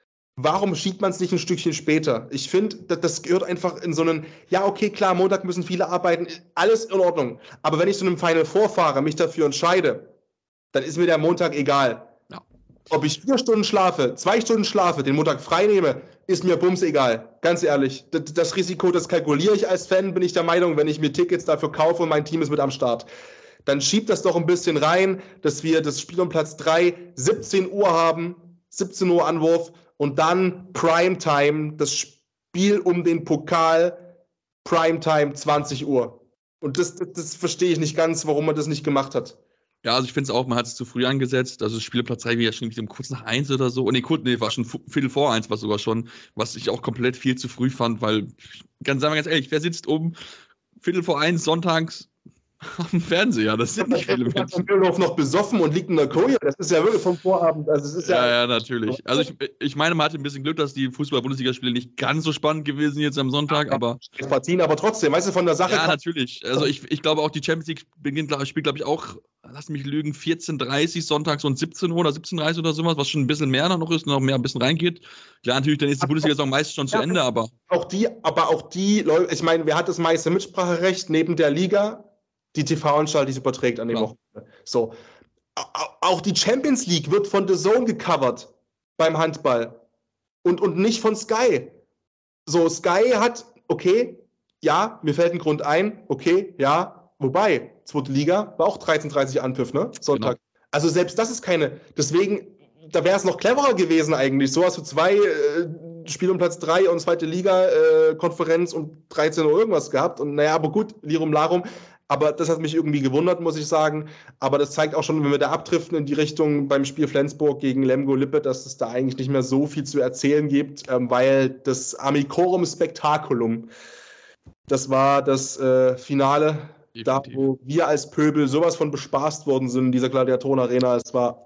warum schiebt man es nicht ein Stückchen später? Ich finde, das gehört einfach in so einen, ja okay, klar, Montag müssen viele arbeiten, alles in Ordnung. Aber wenn ich zu einem Final Four fahre, mich dafür entscheide, dann ist mir der Montag egal. Ja. Ob ich vier Stunden schlafe, zwei Stunden schlafe, den Montag frei nehme, ist mir bums egal. Ganz ehrlich. Das, das Risiko, das kalkuliere ich als Fan, bin ich der Meinung, wenn ich mir Tickets dafür kaufe und mein Team ist mit am Start. Dann schiebt das doch ein bisschen rein, dass wir das Spiel um Platz drei, siebzehn Uhr haben, siebzehn Uhr Anwurf und dann Primetime, das Spiel um den Pokal, Primetime zwanzig Uhr. Und das, das, das verstehe ich nicht ganz, warum man das nicht gemacht hat. Ja, also ich finde es auch, man hat es zu früh angesetzt. Also das Spielplatz drei war schon um kurz nach eins oder so. Und nee, kurz, nee, war schon Viertel vor eins, war sogar schon, was ich auch komplett viel zu früh fand, weil, ganz, sagen wir ganz ehrlich, wer sitzt um Viertel vor eins sonntags am Fernseher? Das sind nicht viele Menschen. Ich noch besoffen und liegt in der Koje. Das ist ja wirklich vom Vorabend. Also es ist ja, ja, ja, natürlich. Also ich, ich meine, man hatte ein bisschen Glück, dass die Fußball-Bundesliga-Spiele nicht ganz so spannend gewesen sind jetzt am Sonntag, ja, aber... Partien, aber trotzdem, weißt du, von der Sache... Ja, natürlich. Also ich, ich glaube auch, die Champions League beginnt, glaub, spielt, glaube ich, auch, lass mich lügen, vierzehn Uhr dreißig sonntags und siebzehn Uhr oder siebzehn Uhr dreißig oder sowas, was schon ein bisschen mehr noch ist, noch mehr ein bisschen reingeht. Klar, natürlich, dann ist die Bundesliga-Saison meistens schon zu ja, Ende, aber... Auch die, aber auch die Leute, ich meine, wer hat das meiste Mitspracherecht neben der Liga? Die T V-Anstalt, die es überträgt an dem ja. Wochenende. So. Auch die Champions League wird von The Zone gecovert beim Handball. Und, und nicht von Sky. So, Sky hat, okay, ja, mir fällt ein Grund ein, okay, ja, wobei, zweite Liga war auch dreizehn Uhr dreißig Anpfiff, ne? Sonntag. Genau. Also selbst das ist keine, deswegen, da wäre es noch cleverer gewesen eigentlich. So hast du zwei äh, Spiele um Platz drei und zweite Liga-Konferenz äh, um dreizehn Uhr irgendwas gehabt. Und naja, aber gut, Lirum Larum. Aber das hat mich irgendwie gewundert, muss ich sagen. Aber das zeigt auch schon, wenn wir da abdriften in die Richtung beim Spiel Flensburg gegen Lemgo Lippe, dass es da eigentlich nicht mehr so viel zu erzählen gibt, ähm, weil das Amicorum Spectaculum, das war das äh, Finale, definitiv. Da wo wir als Pöbel sowas von bespaßt worden sind in dieser Gladiatoren-Arena. Es war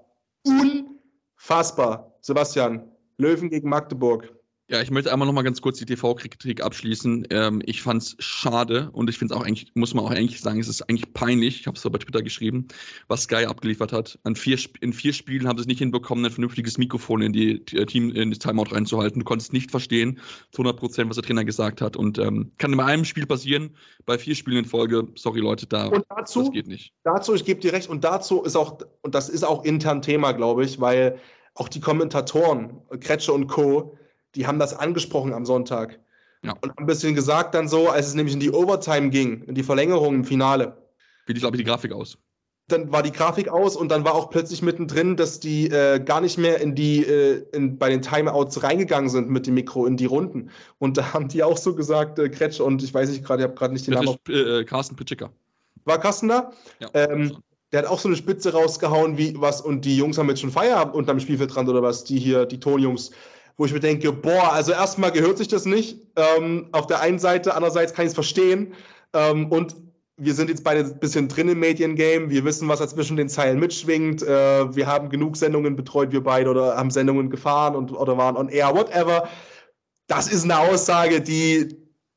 unfassbar. Sebastian, Löwen gegen Magdeburg. Ja, ich möchte einmal noch mal ganz kurz die T V-Kritik abschließen. Ähm, ich fand's schade und ich finde es auch eigentlich, muss man auch eigentlich sagen, es ist eigentlich peinlich, ich habe es ja bei Twitter geschrieben, was Sky abgeliefert hat. An vier, in vier Spielen haben sie es nicht hinbekommen, ein vernünftiges Mikrofon in die Team in das Timeout reinzuhalten. Du konntest nicht verstehen, zu hundert Prozent, was der Trainer gesagt hat. Und ähm, kann in einem Spiel passieren, bei vier Spielen in Folge, sorry Leute, da, und dazu, das geht nicht. Dazu, ich gebe dir recht, und dazu ist auch, und das ist auch intern Thema, glaube ich, weil auch die Kommentatoren, Kretsche und Co., die haben das angesprochen am Sonntag. Ja. Und haben ein bisschen gesagt dann so, als es nämlich in die Overtime ging, in die Verlängerung im Finale. Wie sieht, glaube ich, die Grafik aus? Dann war die Grafik aus und dann war auch plötzlich mittendrin, dass die äh, gar nicht mehr in die, äh, in, bei den Timeouts reingegangen sind mit dem Mikro in die Runden. Und da haben die auch so gesagt, äh, Kretsch und ich weiß nicht gerade, ich habe gerade nicht den Namen. Äh, Carsten Pitschika. War Carsten da? Ja. Ähm, der hat auch so eine Spitze rausgehauen, wie was, und die Jungs haben jetzt schon Feierabend unterm Spielfeldrand oder was, die hier, die Tonjungs. Wo ich mir denke, boah, also erstmal gehört sich das nicht. Ähm, auf der einen Seite, andererseits kann ich es verstehen. Ähm, und wir sind jetzt beide ein bisschen drin im Mediengame. Wir wissen, was da zwischen den Zeilen mitschwingt. Äh, wir haben genug Sendungen betreut, wir beide, oder haben Sendungen gefahren und, oder waren on air, whatever. Das ist eine Aussage, die,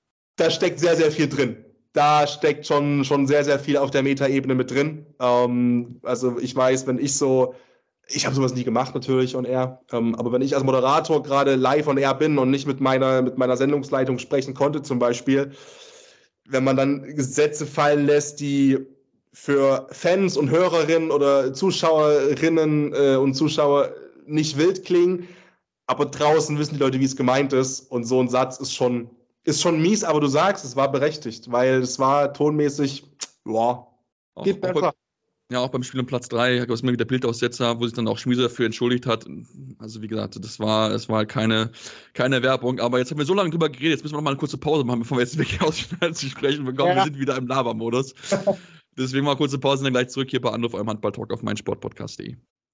da steckt sehr, sehr viel drin. Da steckt schon, schon sehr, sehr viel auf der Metaebene mit drin. Ähm, also ich weiß, wenn ich so... Ich habe sowas nie gemacht, natürlich, on air. Ähm, aber wenn ich als Moderator gerade live on air bin und nicht mit meiner, mit meiner Sendungsleitung sprechen konnte, zum Beispiel, wenn man dann Sätze fallen lässt, die für Fans und Hörerinnen oder Zuschauerinnen äh, und Zuschauer nicht wild klingen, aber draußen wissen die Leute, wie es gemeint ist. Und so ein Satz ist schon, ist schon mies, aber du sagst, es war berechtigt, weil es war tonmäßig, boah, geht besser. Ja, auch beim Spiel um Platz drei gab es immer wieder Bildaussetzer, wo sich dann auch Schmiese dafür entschuldigt hat. Also wie gesagt, das war, das war keine, keine Werbung. Aber jetzt haben wir so lange drüber geredet, jetzt müssen wir noch mal eine kurze Pause machen, bevor wir jetzt wirklich ausschneiden zu sprechen bekommen. Ja. Wir sind wieder im Labermodus. Deswegen mal eine kurze Pause und dann gleich zurück hier bei Anruf eurem Handball-Talk auf meinsportpodcast punkt de.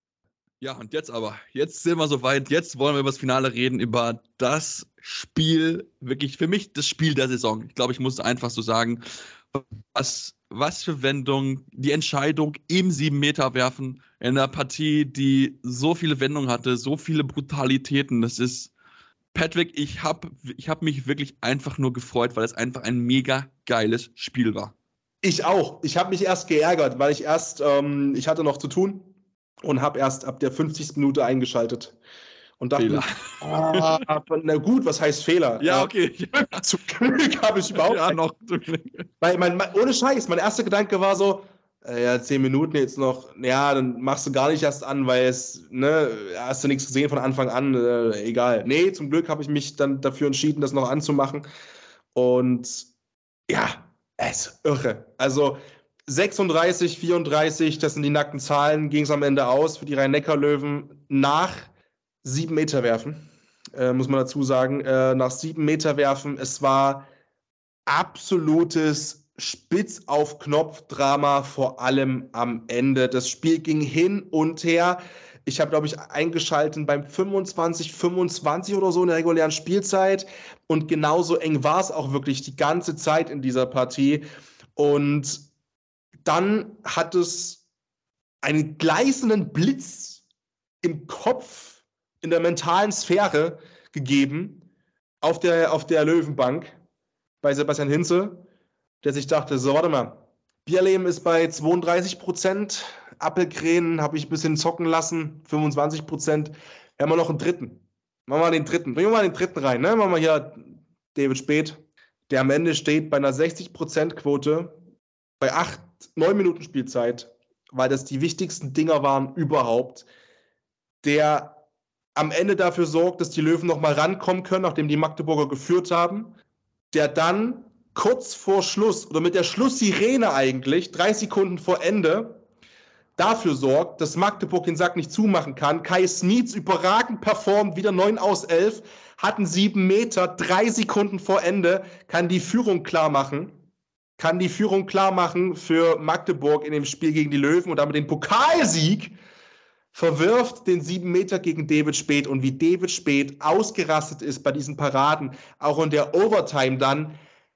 Ja, und jetzt aber, jetzt sind wir soweit, jetzt wollen wir über das Finale reden, über das Spiel, wirklich für mich das Spiel der Saison. Ich glaube, ich muss einfach so sagen, was, was für Wendung, die Entscheidung im sieben Meter werfen in einer Partie, die so viele Wendungen hatte, so viele Brutalitäten, das ist, Patrick, ich habe ich hab mich wirklich einfach nur gefreut, weil es einfach ein mega geiles Spiel war. Ich auch. Ich habe mich erst geärgert, weil ich erst, ähm, ich hatte noch zu tun und habe erst ab der fünfzigsten Minute eingeschaltet. Und dachte, Fehler. Ah, na gut, was heißt Fehler? Ja, okay. Äh, zum Glück habe ich überhaupt ja, noch. Zum Glück. Weil mein, mein, ohne Scheiß, mein erster Gedanke war so, äh, ja, zehn Minuten jetzt noch, ja, dann machst du gar nicht erst an, weil es, ne, hast du nichts gesehen von Anfang an, äh, egal. Nee, zum Glück habe ich mich dann dafür entschieden, das noch anzumachen. Und ja, es ist irre. Also sechsunddreißig, vierunddreißig, das sind die nackten Zahlen, ging es am Ende aus für die Rhein-Neckar-Löwen nach sieben Meter werfen, äh, muss man dazu sagen. Äh, nach sieben Meter werfen, es war absolutes Spitz-auf-Knopf-Drama, vor allem am Ende. Das Spiel ging hin und her. Ich habe, glaube ich, eingeschaltet beim fünfundzwanzig, fünfundzwanzig oder so in der regulären Spielzeit. Und genauso eng war es auch wirklich die ganze Zeit in dieser Partie. Und dann hat es einen gleißenden Blitz im Kopf, in der mentalen Sphäre gegeben, auf der, auf der Löwenbank bei Sebastian Hinze, der sich dachte, so, warte mal, Bierleben ist bei zweiunddreißig Prozent, Appelkrähen habe ich ein bisschen zocken lassen, fünfundzwanzig Prozent, wir haben wir noch einen dritten. Machen wir mal den dritten, bringen wir mal den dritten rein, ne? Machen wir hier David Späth, der am Ende steht bei einer sechzig Prozent Quote, bei acht, neun Minuten Spielzeit, weil das die wichtigsten Dinger waren überhaupt, der am Ende dafür sorgt, dass die Löwen noch mal rankommen können, nachdem die Magdeburger geführt haben, der dann kurz vor Schluss oder mit der Schlusssirene eigentlich, drei Sekunden vor Ende, dafür sorgt, dass Magdeburg den Sack nicht zumachen kann. Kai Smits überragend performt, wieder neun aus elf, hatten sieben Meter, drei Sekunden vor Ende, kann die Führung klar machen, kann die Führung klar machen für Magdeburg in dem Spiel gegen die Löwen und damit den Pokalsieg, verwirft den sieben Meter gegen David Späth. Und wie David Späth ausgerastet ist bei diesen Paraden, auch in der Overtime dann,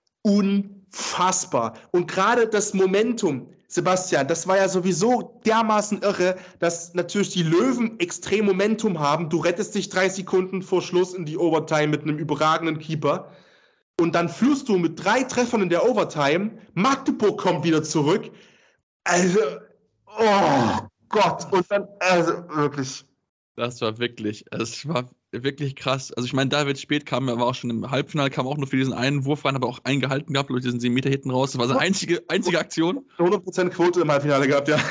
unfassbar. Und gerade das Momentum, Sebastian, das war ja sowieso dermaßen irre, dass natürlich die Löwen extrem Momentum haben. Du rettest dich drei Sekunden vor Schluss in die Overtime mit einem überragenden Keeper. Und dann führst du mit drei Treffern in der Overtime. Magdeburg kommt wieder zurück. Also, oh Gott, und dann, also wirklich. Das war wirklich, es war wirklich krass. Also ich meine, David Späth kam, er war auch schon im Halbfinale, kam auch nur für diesen einen Wurf rein, aber auch eingehalten gehabt durch diesen sieben Meter hinten raus. Das war seine einzige, einzige Aktion. hundert Prozent Quote im Halbfinale gehabt, ja.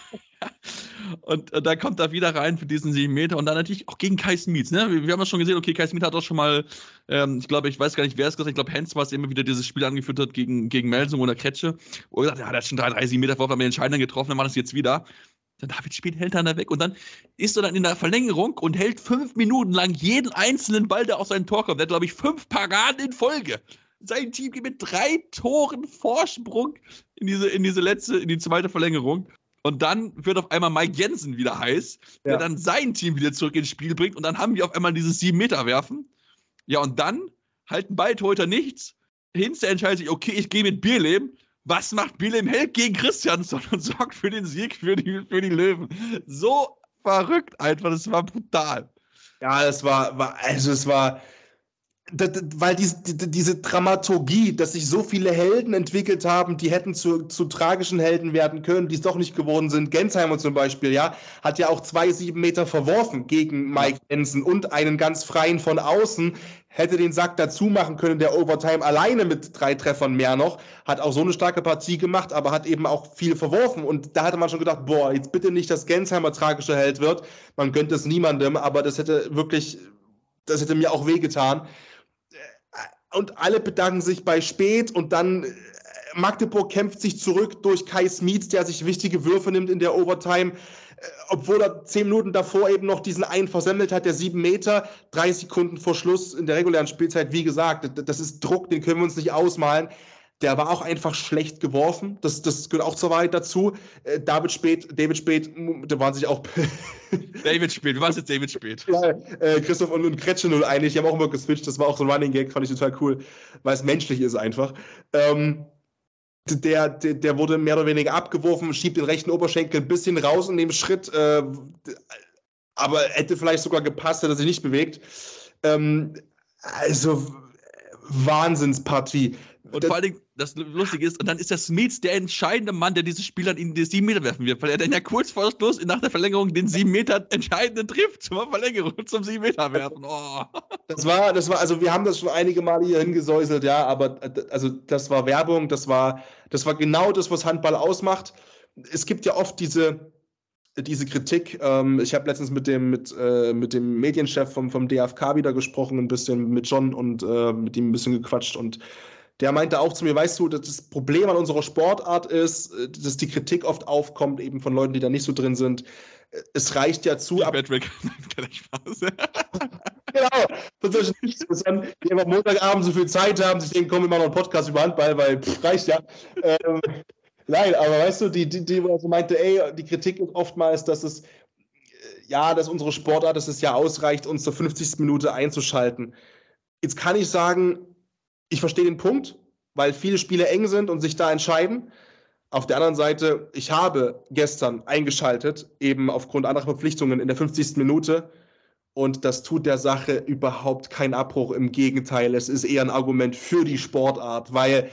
Und äh, da kommt er wieder rein für diesen sieben Meter und dann natürlich auch gegen Kai Smits, ne? Wir, wir haben ja schon gesehen, okay, Kai Smits hat auch schon mal, ähm, ich glaube, ich weiß gar nicht, wer es gesagt hat, ich glaube, Hens war es, der immer wieder dieses Spiel angeführt hat gegen, gegen Melsung oder Kretsche. Und er gesagt, ja, der hat schon drei, drei, sieben Meter vor, haben wir den Entscheidenden getroffen, dann machen das jetzt wieder. Dann David Späth hält dann da weg und dann ist er dann in der Verlängerung und hält fünf Minuten lang jeden einzelnen Ball, der auf sein Tor kommt. Der hat, glaube ich, fünf Paraden in Folge. Sein Team geht mit drei Toren Vorsprung in diese, in diese letzte, in die zweite Verlängerung. Und dann wird auf einmal Mike Jensen wieder heiß, der ja. dann sein Team wieder zurück ins Spiel bringt und dann haben wir auf einmal dieses sieben Meter werfen. Ja, und dann halten beide Torhüter nichts. Hinze entscheidet sich, okay, ich gehe mit Bierleben. Was macht Bierleben Held gegen Christiansson und sorgt für den Sieg für die, für die Löwen? So verrückt einfach, das war brutal. Ja, es war, war also es war, das, das, weil diese, die, diese Dramaturgie, dass sich so viele Helden entwickelt haben, die hätten zu, zu tragischen Helden werden können, die es doch nicht geworden sind. Gensheimer zum Beispiel, ja, hat ja auch zwei sieben Meter verworfen gegen Mike Jensen und einen ganz freien von außen, hätte den Sack dazu machen können, der Overtime alleine mit drei Treffern mehr noch, hat auch so eine starke Partie gemacht, aber hat eben auch viel verworfen und da hatte man schon gedacht, boah, jetzt bitte nicht, dass Gensheimer tragischer Held wird, man gönnt es niemandem, aber das hätte wirklich, das hätte mir auch wehgetan. Und alle bedanken sich bei Späth und dann Magdeburg kämpft sich zurück durch Kai Smits, der sich wichtige Würfe nimmt in der Overtime, obwohl er zehn Minuten davor eben noch diesen einen versemmelt hat, der sieben Meter, drei Sekunden vor Schluss in der regulären Spielzeit, wie gesagt, das ist Druck, den können wir uns nicht ausmalen. Der war auch einfach schlecht geworfen, das, das gehört auch zur Wahrheit dazu. David Späth, David Späth, da waren sich auch... David Späth, wie war es jetzt David Späth? Ja, äh, Christoph und, und Kretsche null einig, die haben auch immer geswitcht, das war auch so ein Running Gag, fand ich total cool, weil es menschlich ist einfach. Ähm, Der, der, der wurde mehr oder weniger abgeworfen, schiebt den rechten Oberschenkel ein bisschen raus in dem Schritt, äh, aber hätte vielleicht sogar gepasst, hätte er sich nicht bewegt. Ähm, Also, Wahnsinnspartie. Und das, vor allen Dingen, das Lustige ist, und dann ist der Smits der entscheidende Mann, der dieses Spiel dann in die sieben Meter werfen wird, weil er dann ja kurz vor Schluss nach der Verlängerung den sieben Meter entscheidenden trifft zur Verlängerung, zum sieben Meter werfen. Oh. Das war, das war, also wir haben das schon einige Male hier hingesäuselt, ja, aber also das war Werbung, das war, das war genau das, was Handball ausmacht. Es gibt ja oft diese, diese Kritik. Ähm, ich habe letztens mit dem, mit, äh, mit dem Medienchef vom, vom D F K wieder gesprochen, ein bisschen mit John und äh, mit ihm ein bisschen gequatscht und der meinte auch zu mir, weißt du, das Problem an unserer Sportart ist, dass die Kritik oft aufkommt, eben von Leuten, die da nicht so drin sind. Es reicht ja zu. Patrick, keine Spaß. Genau. Die am Montagabend so viel Zeit haben, sich denken, komm, wir machen noch einen Podcast über Handball, weil pff, reicht ja. ähm, nein, aber weißt du, die, die, die also meinte, ey, die Kritik ist oftmals, dass es, ja, dass unsere Sportart, dass es ja ausreicht, uns zur fünfzigsten Minute einzuschalten. Jetzt kann ich sagen, ich verstehe den Punkt, weil viele Spiele eng sind und sich da entscheiden. Auf der anderen Seite, ich habe gestern eingeschaltet, eben aufgrund anderer Verpflichtungen in der fünfzigsten Minute. Und das tut der Sache überhaupt keinen Abbruch. Im Gegenteil, es ist eher ein Argument für die Sportart, weil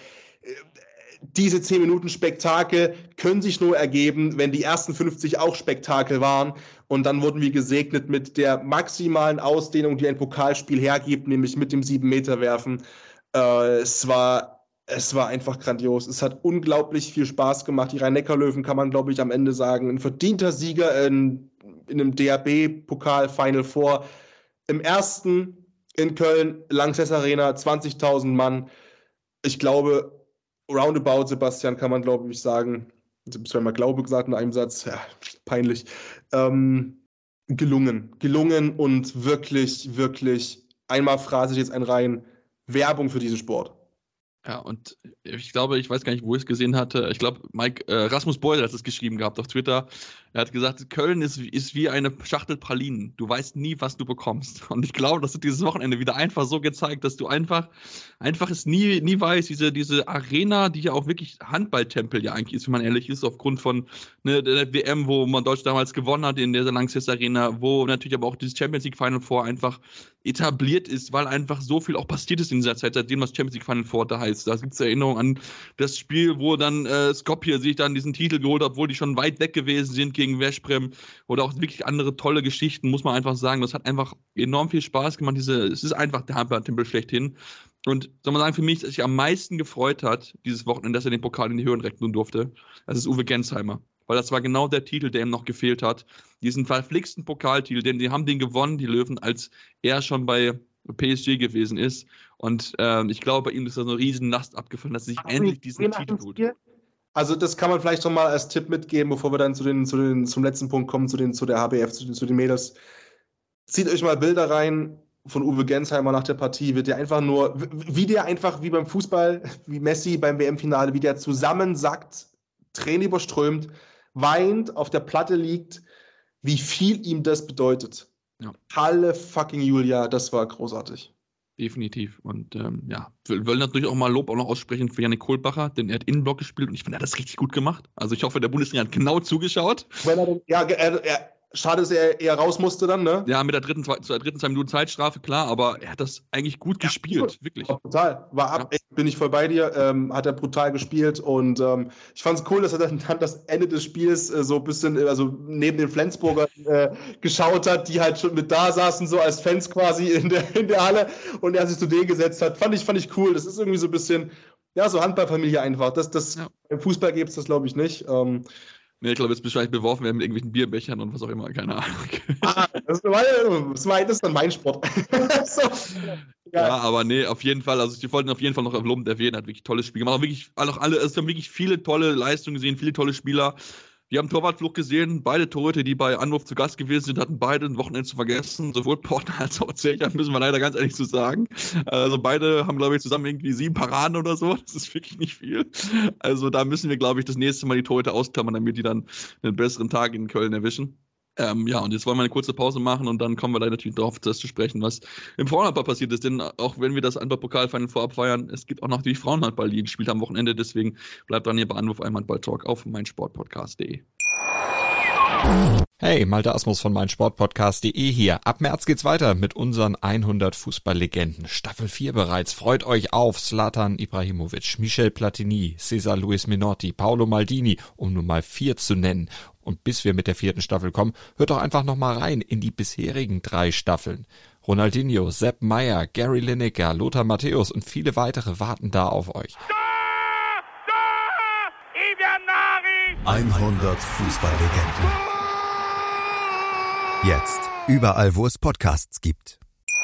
diese zehn Minuten Spektakel können sich nur ergeben, wenn die ersten fünfzig auch Spektakel waren. Und dann wurden wir gesegnet mit der maximalen Ausdehnung, die ein Pokalspiel hergibt, nämlich mit dem sieben Meter werfen. Äh, es war, es war einfach grandios. Es hat unglaublich viel Spaß gemacht. Die Rhein-Neckar-Löwen kann man, glaube ich, am Ende sagen, ein verdienter Sieger in, in einem D H B-Pokal Final Four. Im ersten in Köln, Lanxess Arena, zwanzigtausend Mann. Ich glaube, roundabout, Sebastian, kann man, glaube ich, sagen, ich habe zweimal Glaube gesagt in einem Satz, ja, peinlich, ähm, gelungen. Gelungen und wirklich, wirklich, einmal phrase ich jetzt einen rein, Werbung für diesen Sport. Ja, und ich glaube, ich weiß gar nicht, wo ich es gesehen hatte. Ich glaube, Mike, äh, Rasmus Beutel hat es geschrieben gehabt auf Twitter. Er hat gesagt, Köln ist, ist wie eine Schachtel Pralinen. Du weißt nie, was du bekommst. Und ich glaube, das hat dieses Wochenende wieder einfach so gezeigt, dass du einfach, einfach es nie, nie weißt, diese, diese Arena, die ja auch wirklich Handballtempel ja eigentlich ist, wenn man ehrlich ist, aufgrund von ne, der W M, wo man Deutsch damals gewonnen hat in der Lanxess Arena, wo natürlich aber auch dieses Champions League Final Four einfach etabliert ist, weil einfach so viel auch passiert ist in dieser Zeit, seitdem das Champions League Final Four da heißt. Da gibt es Erinnerungen an das Spiel, wo dann äh, Skopje sich dann diesen Titel geholt hat, obwohl die schon weit weg gewesen sind gegen Veszprem oder auch wirklich andere tolle Geschichten, muss man einfach sagen. Das hat einfach enorm viel Spaß gemacht. Diese, es ist einfach der Handball-Tempel schlechthin. Und soll man sagen, für mich, dass sich am meisten gefreut hat, dieses Wochenende, dass er den Pokal in die Höhen recken durfte, das ist Uwe Gensheimer. Weil das war genau der Titel, der ihm noch gefehlt hat. Diesen verflixten Pokaltitel, denn die haben den gewonnen, die Löwen, als er schon bei P S G gewesen ist. Und äh, ich glaube, bei ihm ist da so eine riesen Last abgefallen, dass er sich Ach, endlich diesen Titel holt. Also das kann man vielleicht noch mal als Tipp mitgeben, bevor wir dann zu den, zu den, zum letzten Punkt kommen, zu, den, zu der H B F, zu den, zu den Mädels. Zieht euch mal Bilder rein von Uwe Gensheimer nach der Partie, wird der einfach nur, wie der einfach wie beim Fußball, wie Messi beim W M-Finale, wie der zusammensackt, Tränen überströmt, weint, auf der Platte liegt, wie viel ihm das bedeutet. Ja. Halle fucking Julia, das war großartig. Definitiv. Und ähm, ja, wir wollen natürlich auch mal Lob auch noch aussprechen für Janik Kohlbacher, denn er hat Innenblock gespielt und ich finde, er hat das richtig gut gemacht. Also ich hoffe, der Bundesliga hat genau zugeschaut. Wenn er denn, ja, er, er, schade, dass er eher raus musste dann, ne? Ja, mit der dritten, zwei, zur dritten zwei Minuten Zeitstrafe, klar, aber er hat das eigentlich gut ja, gespielt, gut. Wirklich. War total. War ab, ja. Bin ich voll bei dir, ähm, hat er brutal gespielt und ähm, ich fand es cool, dass er dann, dann das Ende des Spiels äh, so ein bisschen, also neben den Flensburger äh, geschaut hat, die halt schon mit da saßen, so als Fans quasi in der, in der Halle und er sich zu denen gesetzt hat. Fand ich, fand ich cool. Das ist irgendwie so ein bisschen, ja, so Handballfamilie einfach. Das, das, ja. Im Fußball gibt es das, glaube ich, nicht. Ähm, Nee, ich glaube, jetzt wahrscheinlich beworfen werden mit irgendwelchen Bierbechern und was auch immer, keine Ahnung. Ah, das ist, mein, das ist dann mein Sport. So. Ja. ja, aber nee, auf jeden Fall, also ich wollte auf jeden Fall noch lobend erwähnen, hat wirklich tolles Spiel gemacht, auch wirklich, auch alle, es haben wirklich viele tolle Leistungen gesehen, viele tolle Spieler. Wir haben Torwartflucht gesehen, beide Torhüter, die bei Anwurf zu Gast gewesen sind, hatten beide ein Wochenende zu vergessen, sowohl Portner als auch Zelcher, müssen wir leider ganz ehrlich zu sagen. Also beide haben, glaube ich, zusammen irgendwie sieben Paraden oder so, das ist wirklich nicht viel. Also da müssen wir, glaube ich, das nächste Mal die Torhüter ausklammern, damit die dann einen besseren Tag in Köln erwischen. Ähm, ja, und jetzt wollen wir eine kurze Pause machen und dann kommen wir da natürlich drauf, das zu sprechen, was im Frauenhandball passiert ist. Denn auch wenn wir das Handball-Pokal-Final vorab feiern, es gibt auch noch die Frauenhandball, die gespielt haben am Wochenende. Deswegen bleibt dran hier bei Anwurf, einem Handball-Talk auf meinsportpodcast punkt de. Hey, Malte Asmus von meinsportpodcast punkt de hier. Ab März geht's weiter mit unseren hundert Fußballlegenden. Staffel vier bereits. Freut euch auf Zlatan Ibrahimovic, Michel Platini, Cesar Luis Minotti, Paolo Maldini, um nur mal vier zu nennen. Und bis wir mit der vierten Staffel kommen, hört doch einfach noch mal rein in die bisherigen drei Staffeln. Ronaldinho, Sepp Maier, Gary Lineker, Lothar Matthäus und viele weitere warten da auf euch. hundert Fußballlegenden. Jetzt überall, wo es Podcasts gibt.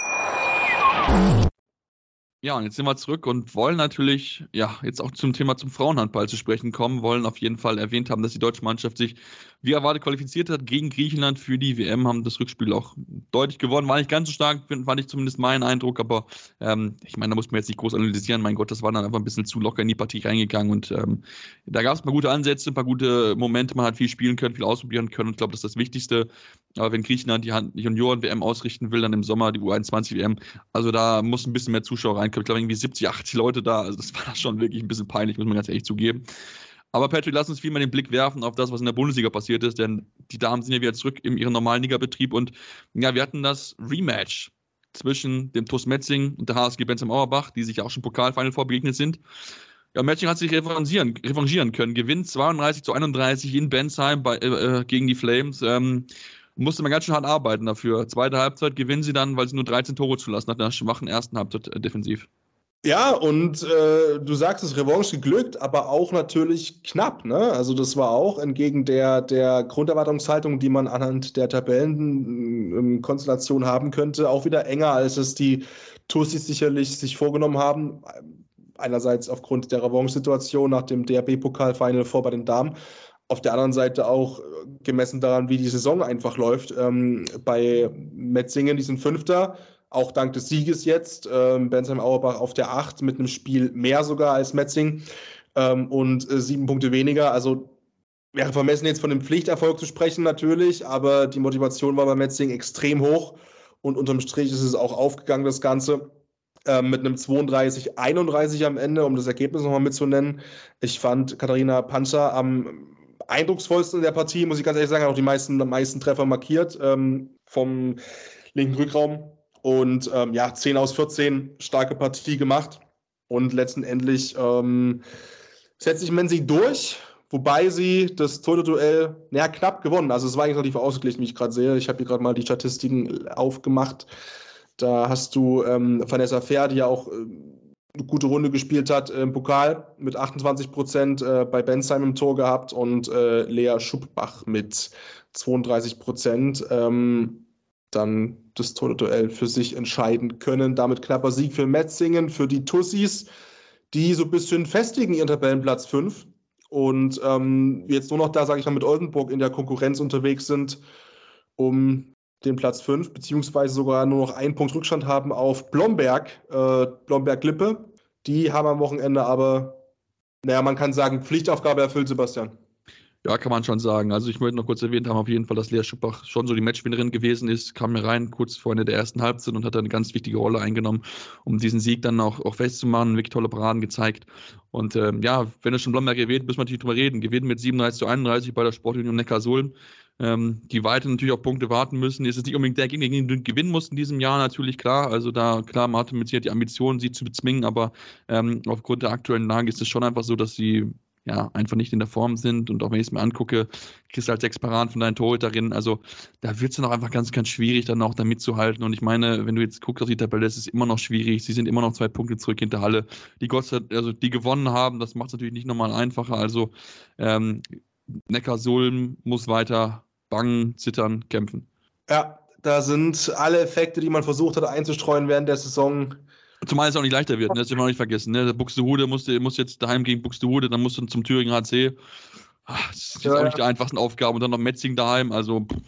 Ja, und jetzt sind wir zurück und wollen natürlich, ja, jetzt auch zum Thema zum Frauenhandball zu sprechen kommen, wollen auf jeden Fall erwähnt haben, dass die deutsche Mannschaft sich wie erwartet qualifiziert hat gegen Griechenland für die W M, haben das Rückspiel auch deutlich gewonnen, war nicht ganz so stark, fand ich zumindest mein Eindruck, aber ähm, ich meine, da muss man jetzt nicht groß analysieren, mein Gott, das war dann einfach ein bisschen zu locker in die Partie reingegangen und ähm, da gab es ein paar gute Ansätze, ein paar gute Momente, man hat viel spielen können, viel ausprobieren können und ich glaube, das ist das Wichtigste, aber wenn Griechenland die Junioren-W M ausrichten will, dann im Sommer die U einundzwanzig W M, also da muss ein bisschen mehr Zuschauer reinkommen, ich glaube irgendwie siebzig, achtzig Leute da, also das war schon wirklich ein bisschen peinlich, muss man ganz ehrlich zugeben. Aber Patrick, lass uns viel mal den Blick werfen auf das, was in der Bundesliga passiert ist, denn die Damen sind ja wieder zurück in ihren normalen Ligabetrieb und ja, wir hatten das Rematch zwischen dem T U S Metzingen und der H S G Bensheim Auerbach, die sich ja auch schon Pokalfinal vorbegegnet sind. Ja, Metzingen hat sich revanchieren, revanchieren können, gewinnt zweiunddreißig zu einunddreißig in Bensheim bei, äh, gegen die Flames. Ähm, musste man ganz schön hart arbeiten dafür. Zweite Halbzeit gewinnen sie dann, weil sie nur dreizehn Tore zulassen nach einer schwachen ersten Halbzeit äh, defensiv. Ja, und äh, du sagst es, Revanche geglückt, aber auch natürlich knapp, ne? Also das war auch entgegen der, der Grunderwartungshaltung, die man anhand der Tabellenkonstellation haben könnte, auch wieder enger, als es die Tussis sicherlich sich vorgenommen haben. Einerseits aufgrund der Revanche-Situation nach dem D R B-Pokal-Final vor bei den Damen. Auf der anderen Seite auch gemessen daran, wie die Saison einfach läuft. Ähm, bei Metzingen, die sind Fünfter, auch dank des Sieges jetzt. Ähm, Bensheim Auerbach auf der acht mit einem Spiel mehr sogar als Metzingen ähm, und äh, sieben Punkte weniger. Also wäre vermessen, jetzt von dem Pflichterfolg zu sprechen natürlich, aber die Motivation war bei Metzingen extrem hoch und unterm Strich ist es auch aufgegangen, das Ganze. Ähm, mit einem zweiunddreißig einunddreißig am Ende, um das Ergebnis nochmal mitzunennen. Ich fand Katharina Panzer am eindrucksvollsten in der Partie, muss ich ganz ehrlich sagen, hat auch die meisten, die meisten Treffer markiert ähm, vom linken Rückraum. Und ähm, ja, zehn aus vierzehn, starke Partie gemacht. Und letztendlich ähm, setzt sich Mensing durch, wobei sie das Torhüter-Duell ja, knapp gewonnen. Also es war eigentlich relativ ausgeglichen, wie ich gerade sehe. Ich habe hier gerade mal die Statistiken aufgemacht. Da hast du ähm, Vanessa Fehr, die ja auch äh, eine gute Runde gespielt hat im Pokal, mit achtundzwanzig Prozent äh, bei Bensheim im Tor gehabt und äh, Lea Schuppbach mit zweiunddreißig Prozent. Ähm, dann das Torduell für sich entscheiden können. Damit knapper Sieg für Metzingen, für die Tussis, die so ein bisschen festigen ihren Tabellenplatz fünf und ähm, jetzt nur noch da, sage ich mal, mit Oldenburg in der Konkurrenz unterwegs sind, um den Platz fünf, beziehungsweise sogar nur noch einen Punkt Rückstand haben auf Blomberg, äh, Blomberg-Lippe. Die haben am Wochenende aber, naja, man kann sagen, Pflichtaufgabe erfüllt, Sebastian. Ja, kann man schon sagen. Also ich möchte noch kurz erwähnt haben, auf jeden Fall, dass Lea Schuppach schon so die Matchwinnerin gewesen ist, kam mir rein kurz vor Ende der ersten Halbzeit und hat eine ganz wichtige Rolle eingenommen, um diesen Sieg dann auch, auch festzumachen, wirklich tolle Paraden gezeigt. Und ähm, ja, wenn du schon Blomberg erwähnt, müssen wir natürlich drüber reden. Gewinnen mit siebenunddreißig zu einunddreißig bei der Sportunion Neckarsulm. Ähm, die weiter natürlich auf Punkte warten müssen. Ist es nicht unbedingt der Gegner, gegen den du gewinnen musst in diesem Jahr, natürlich klar. Also da, klar, man hatte mit Sicherheit die Ambition, sie zu bezwingen, aber ähm, aufgrund der aktuellen Lage ist es schon einfach so, dass sie ja, einfach nicht in der Form sind. Und auch wenn ich es mir angucke, kriegst du halt sechs Paraden von deinen Torhüterinnen. Also da wird es dann auch einfach ganz, ganz schwierig, dann auch da mitzuhalten. Und ich meine, wenn du jetzt guckst auf die Tabelle, es ist immer noch schwierig. Sie sind immer noch zwei Punkte zurück hinter Halle. Die Gott sei Dank, also die gewonnen haben, das macht es natürlich nicht nochmal einfacher. Also ähm, Neckarsulm muss weiter bangen, zittern, kämpfen. Ja, da sind alle Effekte, die man versucht hat einzustreuen während der Saison. Zumal es auch nicht leichter wird, ne? Das dürfen wir auch nicht vergessen. Ne? Buxtehude musste, muss jetzt daheim gegen Buxtehude, dann musst du zum Thüringen H C. Ach, das ist jetzt ja auch nicht die einfachsten Aufgaben. Und dann noch Metzingen daheim. Also, pff,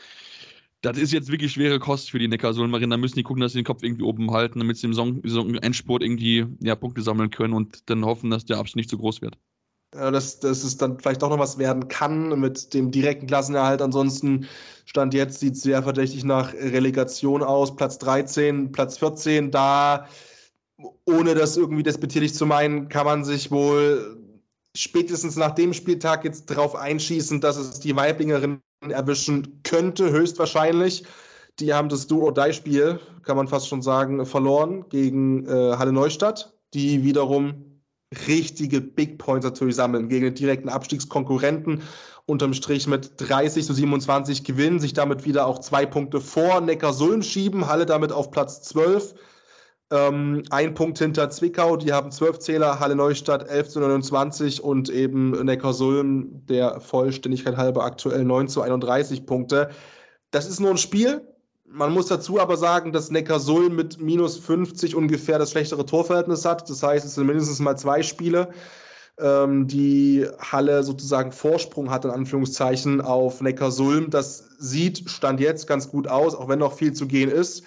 das ist jetzt wirklich schwere Kost für die Neckarsulmerinnen. Da müssen die gucken, dass sie den Kopf irgendwie oben halten, damit sie im Saison-Endspurt irgendwie ja, Punkte sammeln können und dann hoffen, dass der Abstand nicht zu groß wird. Ja, dass, dass es dann vielleicht auch noch was werden kann mit dem direkten Klassenerhalt. Ansonsten Stand jetzt sieht es sehr verdächtig nach Relegation aus. Platz dreizehn, Platz vierzehn, da, ohne das irgendwie despektierlich zu meinen, kann man sich wohl spätestens nach dem Spieltag jetzt drauf einschießen, dass es die Weiblingerinnen erwischen könnte, höchstwahrscheinlich. Die haben das Do-or-Die-Spiel, kann man fast schon sagen, verloren gegen äh, Halle Neustadt, die wiederum richtige Big Points natürlich sammeln gegen den direkten Abstiegskonkurrenten, unterm Strich mit dreißig zu siebenundzwanzig gewinnen, sich damit wieder auch zwei Punkte vor Neckarsulm schieben, Halle damit auf Platz zwölf, ähm, ein Punkt hinter Zwickau, die haben zwölf Zähler, Halle Neustadt elf zu neunundzwanzig und eben Neckarsulm, der Vollständigkeit halber aktuell neun zu einunddreißig Punkte. Das ist nur ein Spiel. Man muss dazu aber sagen, dass Neckarsulm mit minus fünfzig ungefähr das schlechtere Torverhältnis hat. Das heißt, es sind mindestens mal zwei Spiele, ähm, die Halle sozusagen Vorsprung hat, in Anführungszeichen, auf Neckarsulm. Das sieht Stand jetzt ganz gut aus, auch wenn noch viel zu gehen ist.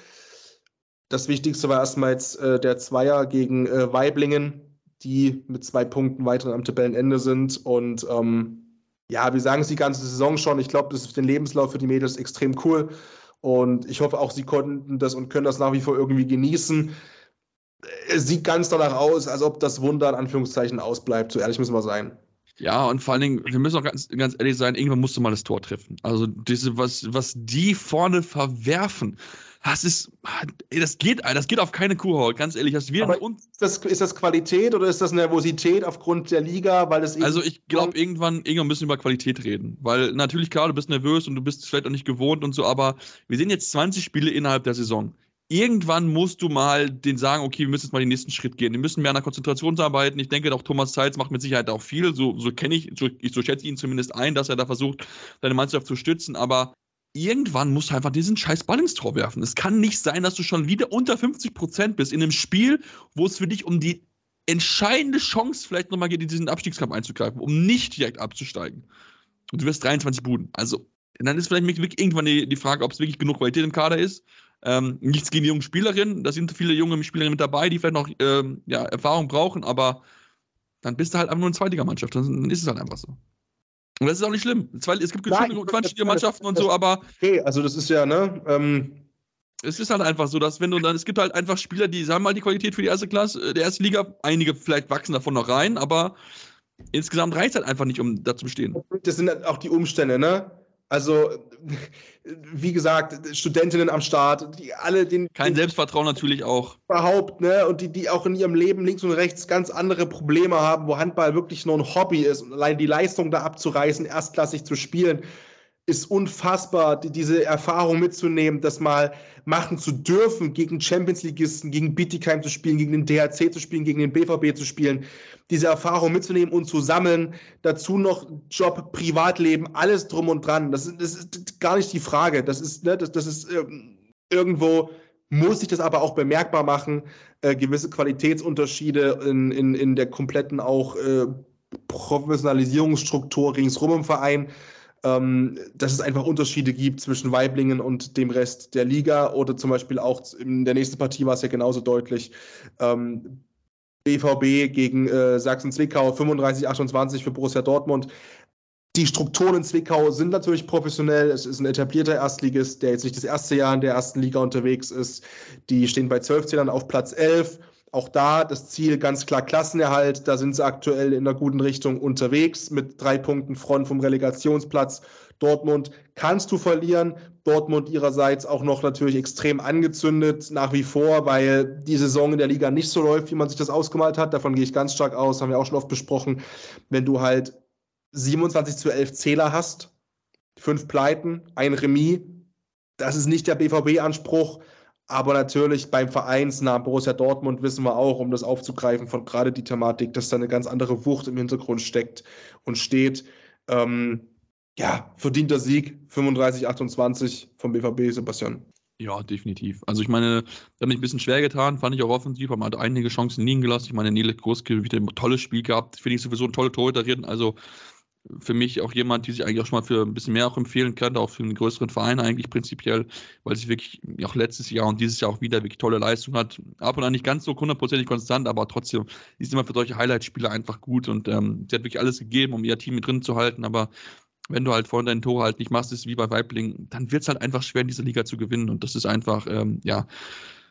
Das Wichtigste war erstmal jetzt äh, der Zweier gegen äh, Waiblingen, die mit zwei Punkten weiter am Tabellenende sind. Und ähm, ja, wir sagen es die ganze Saison schon. Ich glaube, das ist für den Lebenslauf für die Mädels extrem cool. Und ich hoffe auch, sie konnten das und können das nach wie vor irgendwie genießen. Es sieht ganz danach aus, als ob das Wunder in Anführungszeichen ausbleibt. So ehrlich müssen wir sein. Ja, und vor allen Dingen, wir müssen auch ganz, ganz ehrlich sein, irgendwann musst du mal das Tor treffen. Also diese, was, was die vorne verwerfen, das ist, das geht, das geht auf keine Kuhhaut, ganz ehrlich. Das wird Aber ist, das, ist das Qualität oder ist das Nervosität aufgrund der Liga? Weil es also ich glaube, irgendwann, irgendwann müssen wir über Qualität reden. Weil natürlich, klar, du bist nervös und du bist vielleicht auch nicht gewohnt und so, aber wir sehen jetzt zwanzig Spiele innerhalb der Saison. Irgendwann musst du mal den sagen, okay, wir müssen jetzt mal den nächsten Schritt gehen. Wir müssen mehr an der Konzentration arbeiten. Ich denke, auch Thomas Zeitz macht mit Sicherheit auch viel. So, so kenne ich, so, ich, so schätze ich ihn zumindest ein, dass er da versucht, seine Mannschaft zu stützen. Aber irgendwann musst du einfach diesen scheiß Ball ins Tor werfen. Es kann nicht sein, dass du schon wieder unter fünfzig Prozent bist in einem Spiel, wo es für dich um die entscheidende Chance vielleicht nochmal geht, in diesen Abstiegskampf einzugreifen, um nicht direkt abzusteigen. Und du wirst dreiundzwanzig Buden. Also, dann ist vielleicht wirklich irgendwann die, die Frage, ob es wirklich genug Qualität im Kader ist. Ähm, nichts gegen die jungen Spielerinnen, da sind viele junge Spielerinnen mit dabei, die vielleicht noch ähm, ja, Erfahrung brauchen, aber dann bist du halt einfach nur eine Zweitligamannschaft, dann ist es halt einfach so. Und das ist auch nicht schlimm. Es gibt genug Mannschaften und so, aber okay, also das ist ja, ne, ähm es ist halt einfach so, dass wenn du dann, es gibt halt einfach Spieler, die haben halt die Qualität für die erste Klasse, der erste Liga, einige vielleicht wachsen davon noch rein, aber insgesamt reicht es halt einfach nicht, um da zu bestehen. Das sind halt auch die Umstände, ne? Also, wie gesagt, Studentinnen am Start, die alle den. Kein den Selbstvertrauen natürlich auch. Überhaupt, ne? Und die, die auch in ihrem Leben links und rechts ganz andere Probleme haben, wo Handball wirklich nur ein Hobby ist. Und allein die Leistung da abzureißen, erstklassig zu spielen, ist unfassbar, die, diese Erfahrung mitzunehmen, das mal machen zu dürfen, gegen Champions-Ligisten, gegen Bietigheim zu spielen, gegen den D H C zu spielen, gegen den B V B zu spielen, diese Erfahrung mitzunehmen und zu sammeln, dazu noch Job, Privatleben, alles drum und dran. Das ist, das ist gar nicht die Frage. Das ist, ne, das, das ist äh, irgendwo muss sich das aber auch bemerkbar machen, äh, gewisse Qualitätsunterschiede in, in, in der kompletten auch äh, Professionalisierungsstruktur ringsrum im Verein. Ähm, dass es einfach Unterschiede gibt zwischen Waiblingen und dem Rest der Liga oder zum Beispiel auch in der nächsten Partie war es ja genauso deutlich. Ähm, B V B gegen äh, Sachsen-Zwickau, fünfunddreißig achtundzwanzig für Borussia Dortmund. Die Strukturen in Zwickau sind natürlich professionell. Es ist ein etablierter Erstligist, der jetzt nicht das erste Jahr in der ersten Liga unterwegs ist. Die stehen bei zwölf Zählern auf Platz elf. Auch da das Ziel ganz klar Klassenerhalt. Da sind sie aktuell in einer guten Richtung unterwegs mit drei Punkten Front vom Relegationsplatz. Dortmund kannst du verlieren. Dortmund ihrerseits auch noch natürlich extrem angezündet nach wie vor, weil die Saison in der Liga nicht so läuft, wie man sich das ausgemalt hat. Davon gehe ich ganz stark aus, haben wir auch schon oft besprochen. Wenn du halt siebenundzwanzig zu elf Zähler hast, fünf Pleiten, ein Remis, das ist nicht der B V B-Anspruch. Aber natürlich beim vereinsnahen Borussia Dortmund wissen wir auch, um das aufzugreifen, von gerade die Thematik, dass da eine ganz andere Wucht im Hintergrund steckt und steht. Ähm, ja, verdienter Sieg, fünfunddreißig achtundzwanzig vom B V B, Sebastian. Ja, definitiv. Also ich meine, da habe ich ein bisschen schwer getan, fand ich auch offensiv, aber man hat einige Chancen liegen gelassen. Ich meine, Nele Großke wieder ein tolles Spiel gehabt, finde ich sowieso eine tolle Torhüterin, also für mich auch jemand, die sich eigentlich auch schon mal für ein bisschen mehr auch empfehlen könnte, auch für einen größeren Verein eigentlich prinzipiell, weil sie wirklich auch letztes Jahr und dieses Jahr auch wieder wirklich tolle Leistung hat. Ab und an nicht ganz so hundertprozentig konstant, aber trotzdem ist immer für solche Highlight-Spiele einfach gut und ähm, sie hat wirklich alles gegeben, um ihr Team mit drin zu halten, aber wenn du halt vorhin dein Tor halt nicht machst, ist wie bei Weibling, dann wird es halt einfach schwer in dieser Liga zu gewinnen und das ist einfach, ähm, ja,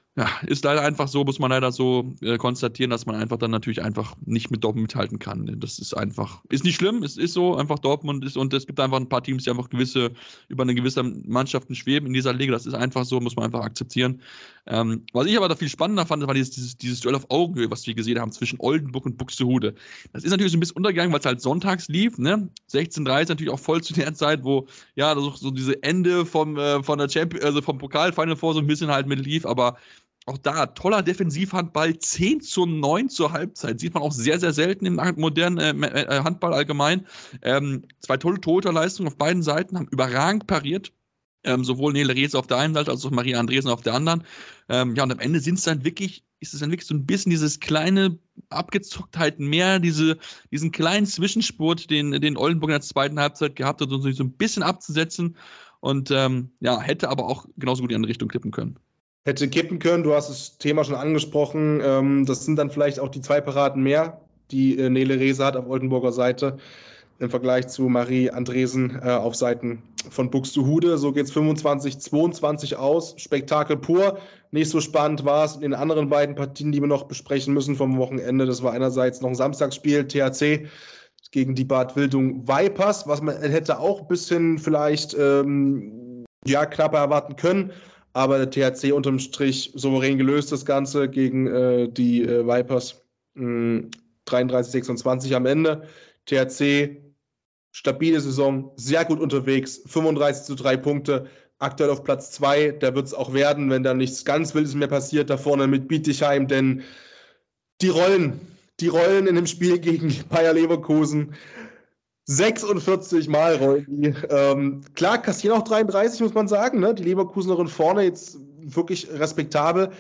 Ja, ist leider einfach so, muss man leider so äh, konstatieren, dass man einfach dann natürlich einfach nicht mit Dortmund mithalten kann. Das ist einfach, ist nicht schlimm, es ist so, einfach Dortmund ist, und es gibt einfach ein paar Teams, die einfach gewisse, über eine gewisse Mannschaften schweben in dieser Liga. Das ist einfach so, muss man einfach akzeptieren. Ähm, was ich aber da viel spannender fand, war dieses, dieses, dieses Duell auf Augenhöhe, was wir gesehen haben zwischen Oldenburg und Buxtehude. Das ist natürlich so ein bisschen untergegangen, weil es halt sonntags lief, ne? sechzehn Uhr dreißig natürlich auch voll zu der Zeit, wo, ja, so, so diese Ende vom, äh, von der Champions, also vom Pokal Final Four so ein bisschen halt mit lief, aber auch da, toller Defensivhandball, zehn zu neun zur Halbzeit. Sieht man auch sehr, sehr selten im modernen äh, Handball allgemein. Ähm, zwei tolle Torhüterleistungen auf beiden Seiten, haben überragend pariert. Ähm, sowohl Nele Reese auf der einen Seite als auch Maria Andresen auf der anderen. Ähm, ja, und am Ende sind es dann wirklich, ist es dann wirklich so ein bisschen dieses kleine Abgezocktheit mehr, diese, diesen kleinen Zwischenspurt, den, den Oldenburg in der zweiten Halbzeit gehabt hat, um sich so ein bisschen abzusetzen. Und ähm, ja, hätte aber auch genauso gut in die andere Richtung kippen können. Hätte kippen können, du hast das Thema schon angesprochen. Ähm, das sind dann vielleicht auch die zwei Paraden mehr, die äh, Nele Reese hat auf Oldenburger Seite im Vergleich zu Marie Andresen äh, auf Seiten von Buxtehude. So geht es fünfundzwanzig zweiundzwanzig aus. Spektakel pur. Nicht so spannend war es in den anderen beiden Partien, die wir noch besprechen müssen vom Wochenende. Das war einerseits noch ein Samstagsspiel, T H C gegen die Bad Wildung Vipers, was man hätte auch ein bisschen vielleicht ähm, ja, knapper erwarten können. Aber der T H C unterm Strich souverän gelöst, das Ganze gegen äh, die äh, Vipers. Mh, dreiunddreißig sechsundzwanzig am Ende. T H C, stabile Saison, sehr gut unterwegs. fünfunddreißig zu drei Punkte, aktuell auf Platz zwei. Der wird es auch werden, wenn da nichts ganz Wildes mehr passiert. Da vorne mit Bietigheim, denn die Rollen, die Rollen in dem Spiel gegen Bayer Leverkusen. sechsundvierzig Mal rollen die. Ähm, klar, kassieren auch dreiunddreißig, muss man sagen. Ne? Die Leverkusenerin vorne jetzt wirklich respektabel.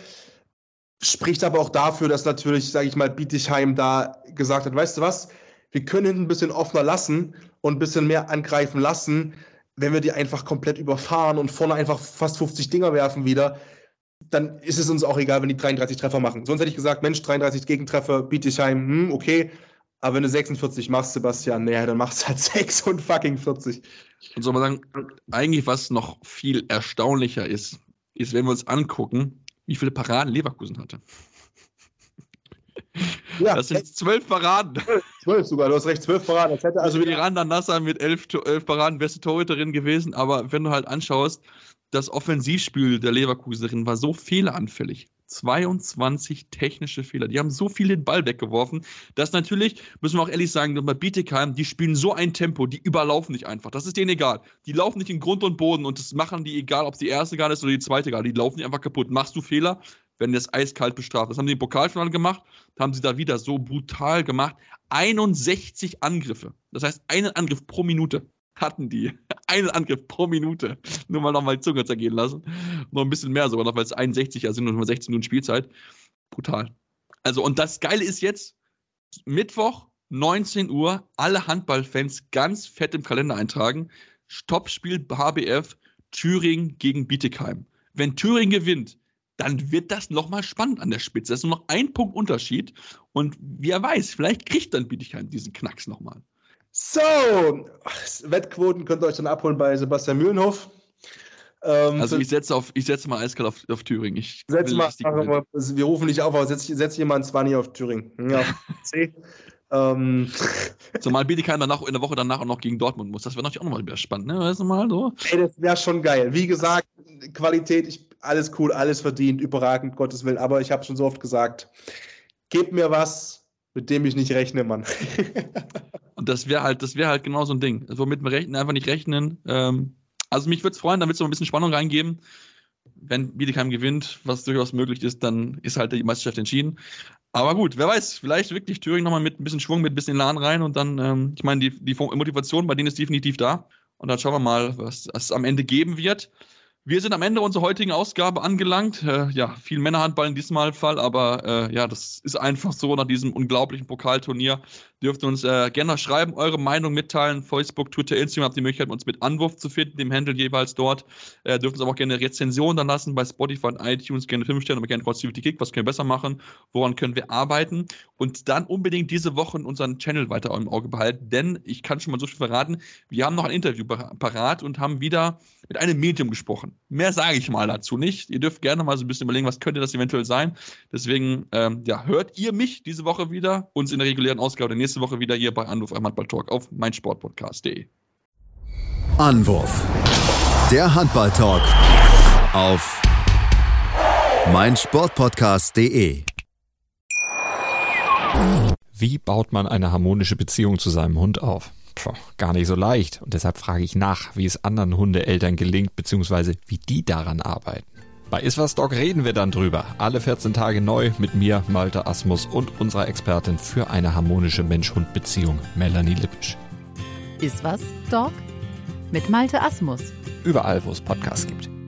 Spricht aber auch dafür, dass natürlich, sage ich mal, Bietigheim da gesagt hat, weißt du was, wir können hinten ein bisschen offener lassen und ein bisschen mehr angreifen lassen, wenn wir die einfach komplett überfahren und vorne einfach fast fünfzig Dinger werfen wieder. Dann ist es uns auch egal, wenn die dreiunddreißig Treffer machen. Sonst hätte ich gesagt, Mensch, dreiunddreißig Gegentreffer, Bietigheim, hm, okay. Aber wenn du sechsundvierzig machst, Sebastian, naja, dann machst du halt sechsundvierzig. Und soll man sagen, eigentlich was noch viel erstaunlicher ist, ist, wenn wir uns angucken, wie viele Paraden Leverkusen hatte. Ja, das sind zwölf Paraden. Zwölf sogar, du hast recht, zwölf Paraden. Das hätte also Miranda Nasser mit elf, elf Paraden, beste Torhüterin gewesen. Aber wenn du halt anschaust, das Offensivspiel der Leverkusenerin war so fehleranfällig. zweiundzwanzig technische Fehler. Die haben so viel den Ball weggeworfen, dass natürlich, müssen wir auch ehrlich sagen, bei Bietigheim, die spielen so ein Tempo, die überlaufen nicht einfach. Das ist denen egal. Die laufen nicht in Grund und Boden und das machen die, egal ob es die erste Garde ist oder die zweite Garde. Die laufen nicht einfach kaputt. Machst du Fehler, werden das eiskalt bestraft. Das haben die im Pokalfinale gemacht, haben sie da wieder so brutal gemacht. einundsechzig Angriffe. Das heißt, einen Angriff pro Minute hatten die. Einen Angriff pro Minute. Nur mal nochmal die Zunge zergehen lassen. Noch ein bisschen mehr sogar noch, weil es einundsechzig, also nur sechzehn Minuten Spielzeit. Brutal. Also, und das Geile ist jetzt, Mittwoch, neunzehn Uhr, alle Handballfans ganz fett im Kalender eintragen. Topspiel H B F, Thüringen gegen Bietigheim. Wenn Thüringen gewinnt, dann wird das nochmal spannend an der Spitze. Das ist nur noch ein Punkt Unterschied. Und wer weiß, vielleicht kriegt dann Bietigheim diesen Knacks nochmal. So, Wettquoten könnt ihr euch dann abholen bei Sebastian Mühlenhof. Ähm, also ich setze auf, ich setze mal eiskalt auf, auf Thüringen. Ich setz mal, mal, wir rufen nicht auf, aber setze setz jemand zwanzig auf Thüringen. Ja, C. ähm. Zumal Bietigheim danach in der Woche danach auch noch gegen Dortmund muss. Das wäre natürlich auch nochmal wieder spannend, ne? Weißt du mal so? Ey, das wäre schon geil. Wie gesagt, Qualität, ich, alles cool, alles verdient, überragend, Gottes Willen. Aber ich habe schon so oft gesagt, gebt mir was, mit dem ich nicht rechne, Mann. Und das wäre halt, das wäre halt genau so ein Ding. Womit wir rechnen, einfach nicht rechnen. Ähm, also mich würde es freuen, dann wird es noch ein bisschen Spannung reingeben. Wenn Bietigheim gewinnt, was durchaus möglich ist, dann ist halt die Meisterschaft entschieden. Aber gut, wer weiß, vielleicht wirklich Thüringen nochmal mit ein bisschen Schwung, mit ein bisschen Elan rein und dann, ähm, ich meine, die, die Motivation bei denen ist definitiv da. Und dann schauen wir mal, was es am Ende geben wird. Wir sind am Ende unserer heutigen Ausgabe angelangt. Äh, ja, viel Männerhandball in diesem Fall, aber äh, ja, das ist einfach so nach diesem unglaublichen Pokalturnier. Dürft ihr uns äh, gerne schreiben, eure Meinung mitteilen. Facebook, Twitter, Instagram habt die Möglichkeit, uns mit Anwurf zu finden, dem Handle jeweils dort. Äh, dürft uns aber auch gerne eine Rezension dann lassen bei Spotify und iTunes, gerne fünf Sterne, aber gerne Positivity Kick. Was können wir besser machen? Woran können wir arbeiten? Und dann unbedingt diese Woche unseren Channel weiter im Auge behalten, denn ich kann schon mal so viel verraten, wir haben noch ein Interview parat und haben wieder mit einem Medium gesprochen. mehr sage ich mal dazu nicht. Ihr dürft gerne mal so ein bisschen überlegen, was könnte das eventuell sein. Deswegen ähm, ja, hört ihr mich diese Woche wieder, uns in der regulären Ausgabe der nächste Woche wieder hier bei Anwurf am Handball-Talk auf meinsportpodcast punkt de. Anwurf. Der Handball-Talk auf meinsportpodcast punkt de. Wie baut man eine harmonische Beziehung zu seinem Hund auf? Puh, gar nicht so leicht. Und deshalb frage ich nach, wie es anderen Hundeeltern gelingt, beziehungsweise wie die daran arbeiten. Bei Iswas Dog reden wir dann drüber. Alle vierzehn Tage neu mit mir, Malte Asmus und unserer Expertin für eine harmonische Mensch-Hund-Beziehung, Melanie Lippisch. Iswas Dog mit Malte Asmus. Überall, wo es Podcasts gibt.